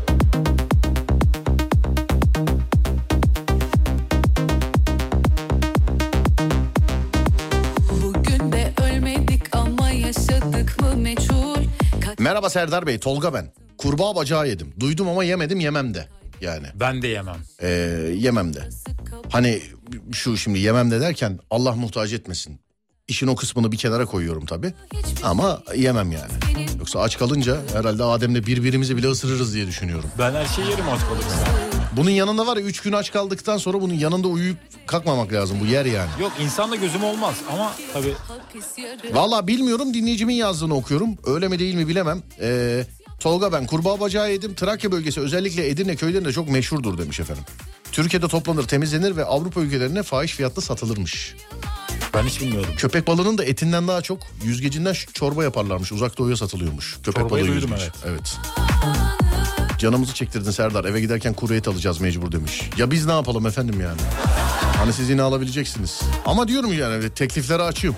Bugün de ölmedik ama yaşadık mı meçhul. Merhaba Serdar Bey, Tolga ben. Kurbağa bacağı yedim. Duydum ama yemedim, yemem de. Yani. Ben de yemem. Yemem de. Hani şu şimdi yemem de derken Allah muhtaç etmesin. İşin o kısmını bir kenara koyuyorum tabii. Ama yemem yani. Yoksa aç kalınca herhalde Adem'le birbirimizi bile ısırırız diye düşünüyorum. Ben her şeyi yerim aç kalırsam. Bunun yanında var ya, 3 gün aç kaldıktan sonra bunun yanında uyuyup kalkmamak lazım, bu yer yani. Yok, insanda gözüm olmaz ama tabii. Valla bilmiyorum, dinleyicimin yazdığını okuyorum. Öyle mi değil mi bilemem. Tolga ben, kurbağa bacağı yedim. Trakya bölgesi özellikle Edirne köylerinde çok meşhurdur demiş efendim. Türkiye'de toplanır, temizlenir ve Avrupa ülkelerine fahiş fiyatla satılırmış. Ben hiç bilmiyordum. Köpek balığının da etinden daha çok yüzgecinden çorba yaparlarmış. Uzak Doğu'ya satılıyormuş. Köpek Çorbayı balığı duydum, yüzgeci. Evet. Canımızı çektirdin Serdar. Eve giderken kuru et alacağız mecbur demiş. Ya biz ne yapalım efendim yani? Hani siz yine alabileceksiniz. Ama diyorum yani, teklifleri açayım.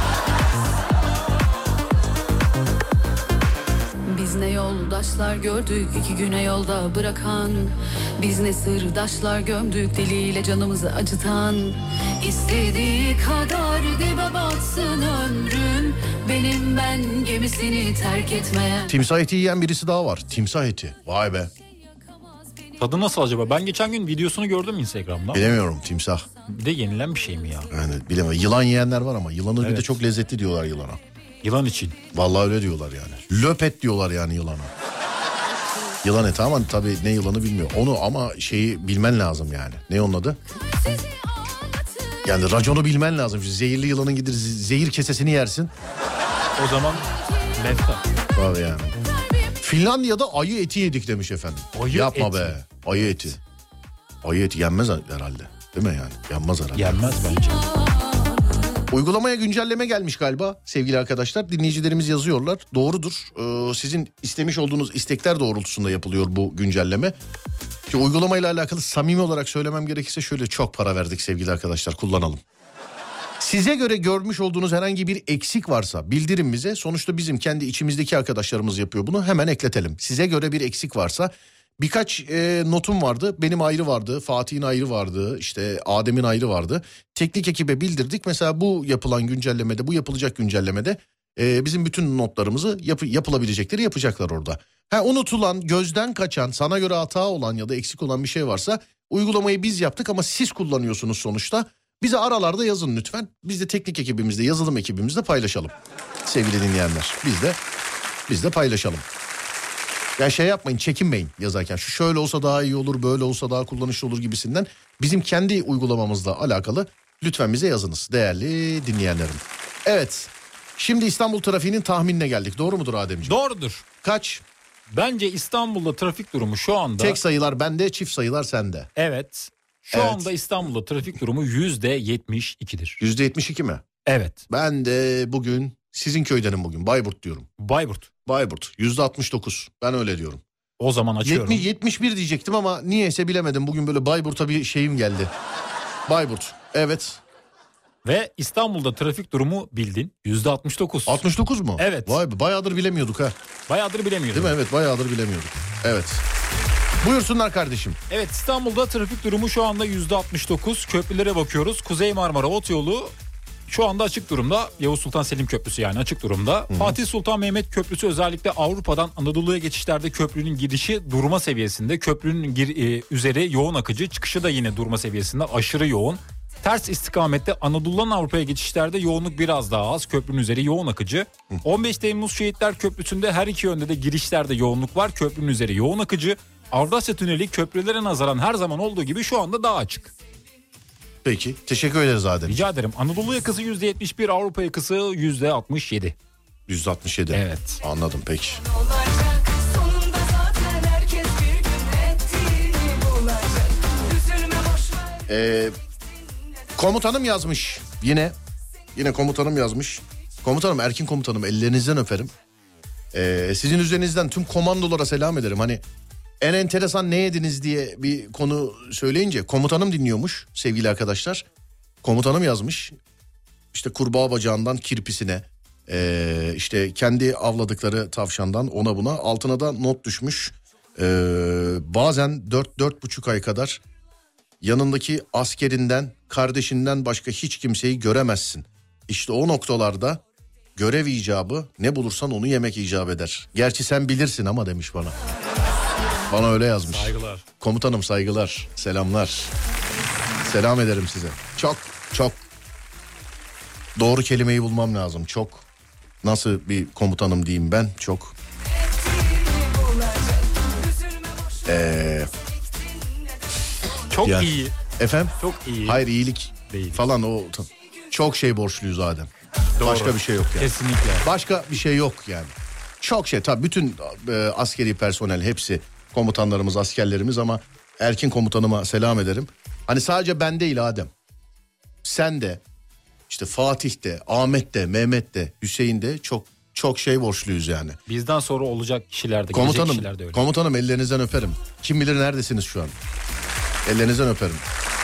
Biz ne yoldaşlar gördük 2 güne yolda bırakan. Biz ne sırdaşlar gömdük diliyle canımızı acıtan. İstediği kadar dibe batsın ömrüm. Benim ben gemisini terk etmeyen. Timsah eti yiyen birisi daha var. Timsah eti. Vay be. Tadı nasıl acaba? Ben geçen gün videosunu gördüm Instagram'da. Bilemiyorum, timsah. Bir de yenilen bir şey mi ya? Yani bilemiyorum. Yılan yiyenler var ama yılanı bir de Evet. çok lezzetli diyorlar yılana. Yılan için. Vallahi öyle diyorlar yani. Löpet diyorlar yani yılana. Yılan eti ama tabii ne yılanı bilmiyor. Onu ama şeyi bilmen lazım yani. Ne onun adı? Yani raconu bilmen lazım. Zehirli yılanın gider zehir kesesini yersin. O zaman mefta. Tabii yani. Finlandiya'da ayı eti yedik demiş efendim. Ayı Yapma eti. be. Ayı eti. Ayı eti yenmez herhalde. Değil mi yani? Yenmez herhalde. Yenmez bence. Uygulamaya güncelleme gelmiş galiba sevgili arkadaşlar. Dinleyicilerimiz yazıyorlar. Doğrudur. Sizin istemiş olduğunuz istekler doğrultusunda yapılıyor bu güncelleme. Ki uygulamayla alakalı samimi olarak söylemem gerekirse şöyle: çok para verdik sevgili arkadaşlar, kullanalım. Size göre görmüş olduğunuz herhangi bir eksik varsa bildirin bize. Sonuçta bizim kendi içimizdeki arkadaşlarımız yapıyor bunu. Hemen ekletelim. Size göre bir eksik varsa, birkaç notum vardı. Benim ayrı vardı, Fatih'in ayrı vardı, işte Adem'in ayrı vardı. Teknik ekibe bildirdik. Mesela bu yapılan güncellemede, bu yapılacak güncellemede bizim bütün notlarımızı yapılabilecekleri yapacaklar orada. Unutulan, gözden kaçan, sana göre hata olan ya da eksik olan bir şey varsa, uygulamayı biz yaptık ama siz kullanıyorsunuz sonuçta. Bize aralarda yazın lütfen. Biz de teknik ekibimizde, yazılım ekibimizde paylaşalım. Sevgili dinleyenler, biz de paylaşalım. Yani şey yapmayın, çekinmeyin yazarken. Şu şöyle olsa daha iyi olur, böyle olsa daha kullanışlı olur gibisinden. Bizim kendi uygulamamızla alakalı lütfen bize yazınız değerli dinleyenlerim. Evet, şimdi İstanbul trafiğinin tahminine geldik. Doğru mudur Ademciğim? Doğrudur. Kaç? Bence İstanbul'da trafik durumu şu anda... Tek sayılar bende, çift sayılar sende. Evet. Şu Evet. anda İstanbul'da trafik durumu %72'dir. %72 mi? Evet. Ben de bugün sizin köydenim bugün. Bayburt diyorum. Bayburt. Bayburt %69. Ben öyle diyorum. O zaman açıyorum. 71 diyecektim ama niyeyse bilemedim. Bugün böyle Bayburt'a bir şeyim geldi. Bayburt. Evet. Ve İstanbul'da trafik durumu bildin %69. 69 mu? Evet. Vay be, bayağıdır bilemiyorduk ha. Bayağıdır bilemiyorum. Değil mi? Evet, bayağıdır bilemiyorduk. Evet. Buyursunlar kardeşim. Evet, İstanbul'da trafik durumu şu anda %69. Köprülere bakıyoruz. Kuzey Marmara Otoyolu şu anda açık durumda. Yavuz Sultan Selim Köprüsü yani açık durumda. Hı-hı. Fatih Sultan Mehmet Köprüsü özellikle Avrupa'dan Anadolu'ya geçişlerde köprünün girişi durma seviyesinde. Köprünün üzeri yoğun akıcı, çıkışı da yine durma seviyesinde, aşırı yoğun. Ters istikamette Anadolu'dan Avrupa'ya geçişlerde yoğunluk biraz daha az. Köprünün üzeri yoğun akıcı. 15 Temmuz Şehitler Köprüsü'nde her iki yönde de girişlerde yoğunluk var. Köprünün üzeri yoğun akıcı. Avrasya Tüneli köprülere nazaran her zaman olduğu gibi şu anda daha açık. Peki, teşekkür ederiz Adem. Rica ederim. Anadolu yakası %71, Avrupa yakası %67. %67. Evet. Anladım, peki. Komutanım yazmış yine komutanım yazmış. Komutanım, Erkin komutanım, ellerinizden öperim. Sizin üzerinizden tüm komandolara selam ederim. Hani en enteresan ne yediniz diye bir konu söyleyince komutanım dinliyormuş sevgili arkadaşlar. Komutanım yazmış. İşte kurbağa bacağından kirpisine, işte kendi avladıkları tavşandan ona buna, altına da not düşmüş. Bazen 4-4,5 ay kadar yanındaki askerinden, kardeşinden başka hiç kimseyi göremezsin. İşte o noktalarda görev icabı, ne bulursan onu yemek icap eder. Gerçi sen bilirsin ama demiş bana. Bana öyle yazmış. Saygılar. Komutanım saygılar, selamlar. Selam ederim size. Çok doğru kelimeyi bulmam lazım. Çok, nasıl bir komutanım diyeyim ben, çok. Çok Yani, iyi. efendim? Çok iyi. Hayır, iyilik değil falan, o çok şey borçluyuz Adem. Doğru. Başka bir şey yok yani. Kesinlikle. Başka bir şey yok yani. Çok şey, tabii bütün askeri personel hepsi komutanlarımız, askerlerimiz, ama Erkin komutanıma selam ederim. Hani sadece ben değil Adem. Sen de, işte Fatih de, Ahmet de, Mehmet de, Hüseyin de çok şey borçluyuz yani. Bizden sonra olacak kişiler de, gelecek kişiler de öyle. Komutanım ellerinizden öperim. Kim bilir neredesiniz şu an. Ellerinizden öperim.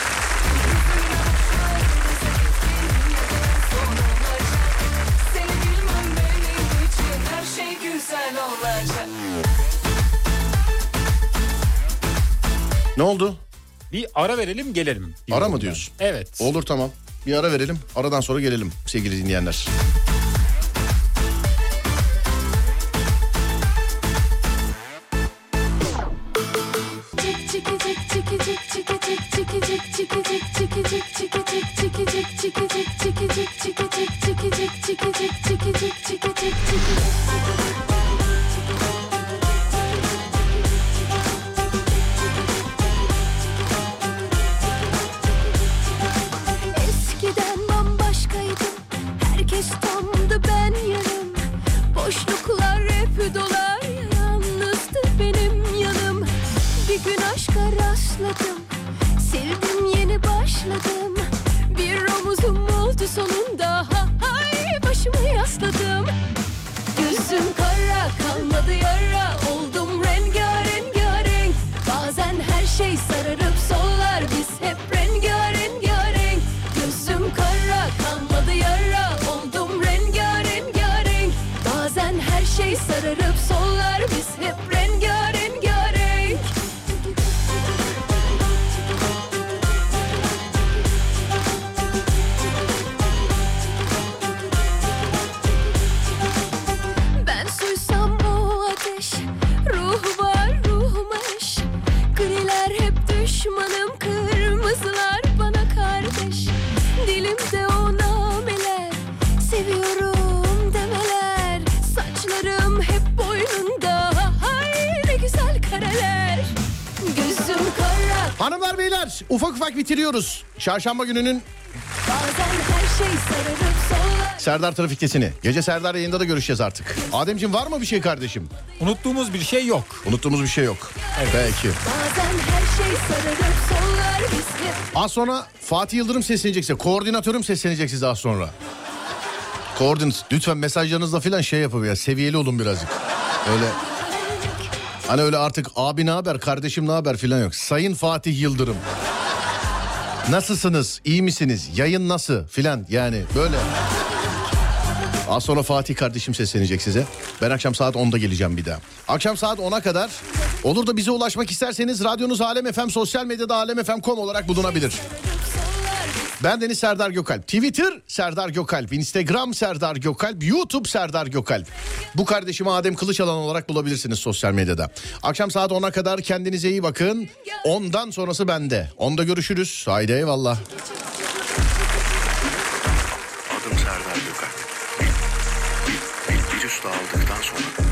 Ne oldu? Bir ara verelim, gelelim. Ara mı diyorsun? Evet. Olur, tamam. Bir ara verelim. Aradan sonra gelelim sevgili dinleyenler. Eskiden bambaşkaydım, herkes tamdı, ben yarım. Boşluklar hep dolar, yalnızdı benim yanım. Bir gün aşka rastladım, sevdim, yeni başladım. Bir omuzum oldu sonunda, hay başımı yasladım. Gözüm kara, kalmadı yara, oldum rengarenk. Bazen her şey sararıp sollar, biz hep rengarenk. Gözüm kara, kalmadı yara, oldum rengarenk. Bazen her şey sararıp sollar, biz hep rengarenk. Ben suysam o ateş, ruh var ruhuma eş. Griler hep düşmanım, kırmızılar bana kardeş. Dilimde o nameler, seviyorum demeler. Saçlarım hep boynunda, hay ne güzel kareler. Gözüm kara, Hanımlar beyler, ufak bitiriyoruz. Çarşamba gününün bazen her şey sararıp sollar. Serdar Trafik'tesini. Gece Serdar yayında da görüşeceğiz artık. Ademciğim, var mı bir şey kardeşim? Unuttuğumuz bir şey yok. Unuttuğumuz bir şey yok. Evet. Peki. Bazen her şey sararıp sollar, biz hep. Az sonra Fatih Yıldırım seslenecekse, koordinatörüm seslenecek size az sonra. Lütfen mesajlarınızla falan şey yapın ya, seviyeli olun birazcık. Öyle, hani öyle artık abi ne haber, kardeşim ne haber falan yok. Sayın Fatih Yıldırım, nasılsınız, iyi misiniz, yayın nasıl filan, yani böyle. Az sonra Fatih kardeşim seslenecek size. Ben akşam saat 10'da geleceğim bir daha. Akşam saat 10'a kadar, olur da bize ulaşmak isterseniz radyonuz Alem FM, sosyal medyada alemfm.com olarak bulunabilir. Ben Deniz Serdar Gökalp. Twitter Serdar Gökalp, Instagram Serdar Gökalp, YouTube Serdar Gökalp. Bu kardeşimi Adem Kılıçalan olarak bulabilirsiniz sosyal medyada. Akşam saat 10'a kadar kendinize iyi bakın. 10'dan sonrası bende. 10'da görüşürüz. Haydi eyvallah. Adım Serdar Gökalp. Bir virüs dağıldıktan sonra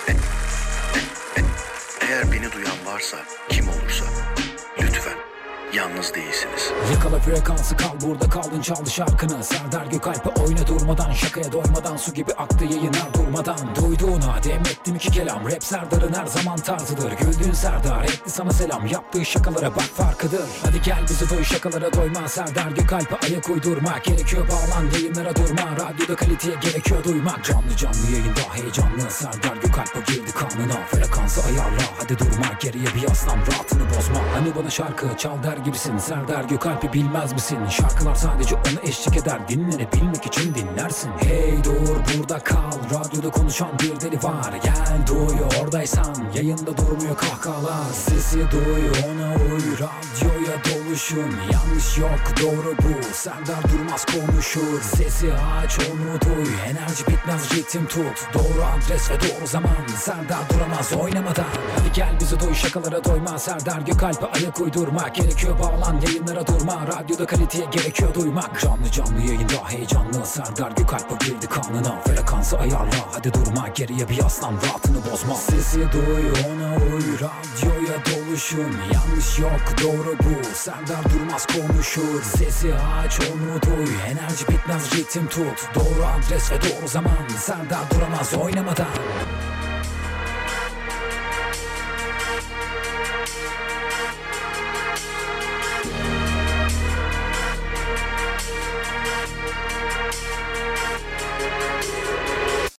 eğer beni duyan varsa, kim olursa, lütfen yalnız değilsiniz. Yakala frekansı, kal burada kaldın, çaldı şarkını. Serdar Gökalp'e oyna durmadan, şakaya doymadan, su gibi aktı yayınlar durmadan. Duyduğuna dem ettim iki kelam, rap Serdar'ın her zaman tarzıdır. Güldüğün Serdar etti sana selam, yaptığı şakalara bak farkıdır. Hadi gel bizi doy, şakalara doyma. Serdar Gökalp'e ayak uydurmak gerekiyor, bağlan yayınlara durma. Radyoda kaliteye gerekiyor duymak. Canlı canlı yayında heyecanlı, Serdar Gökalp'e girdi kanına. Frekansı ayarla, hadi durma, geriye bir yaslan, rahatını bozma. Hani bana şarkı çal der gibisin, Serdar Gökalp'i bilmez misin? Şarkılar sadece ona eşlik eder, dinlenebilmek için dinlersin. Hey dur burada kal, radyoda konuşan bir deli var. Gel duy oradaysan, yayında durmuyor kahkahalar. Sesi duy ona uy, radyoya doluşun. Yanlış yok doğru bu, Serdar Durmaz konuşur. Sesi aç onu duy, enerji bitmez ritim tut. Doğru adres ve doğru zaman, Serdar Duramaz oynamadan. Hadi gel bizi duy, şakalara doyma. Serdar Gökalp'e ayak uydurmak gerekiyor, bağlan yayınlara durma. Radyoda kaliteye gerekiyor duymak. Canlı canlı yayında heyecanlı, Serdar Gökalp'e girdi kanına. Frekansı ayarla, hadi durma, geriye bir yaslan, rahatını bozma. Sesi duy ona uy, radyoya doluşun. Yanlış yok doğru bu, Serdar Durmaz konuşur. Sesi aç onu duy, enerji bitmez ritim tut. Doğru adres ve doğru zaman, Serdar Duramaz oynamadan.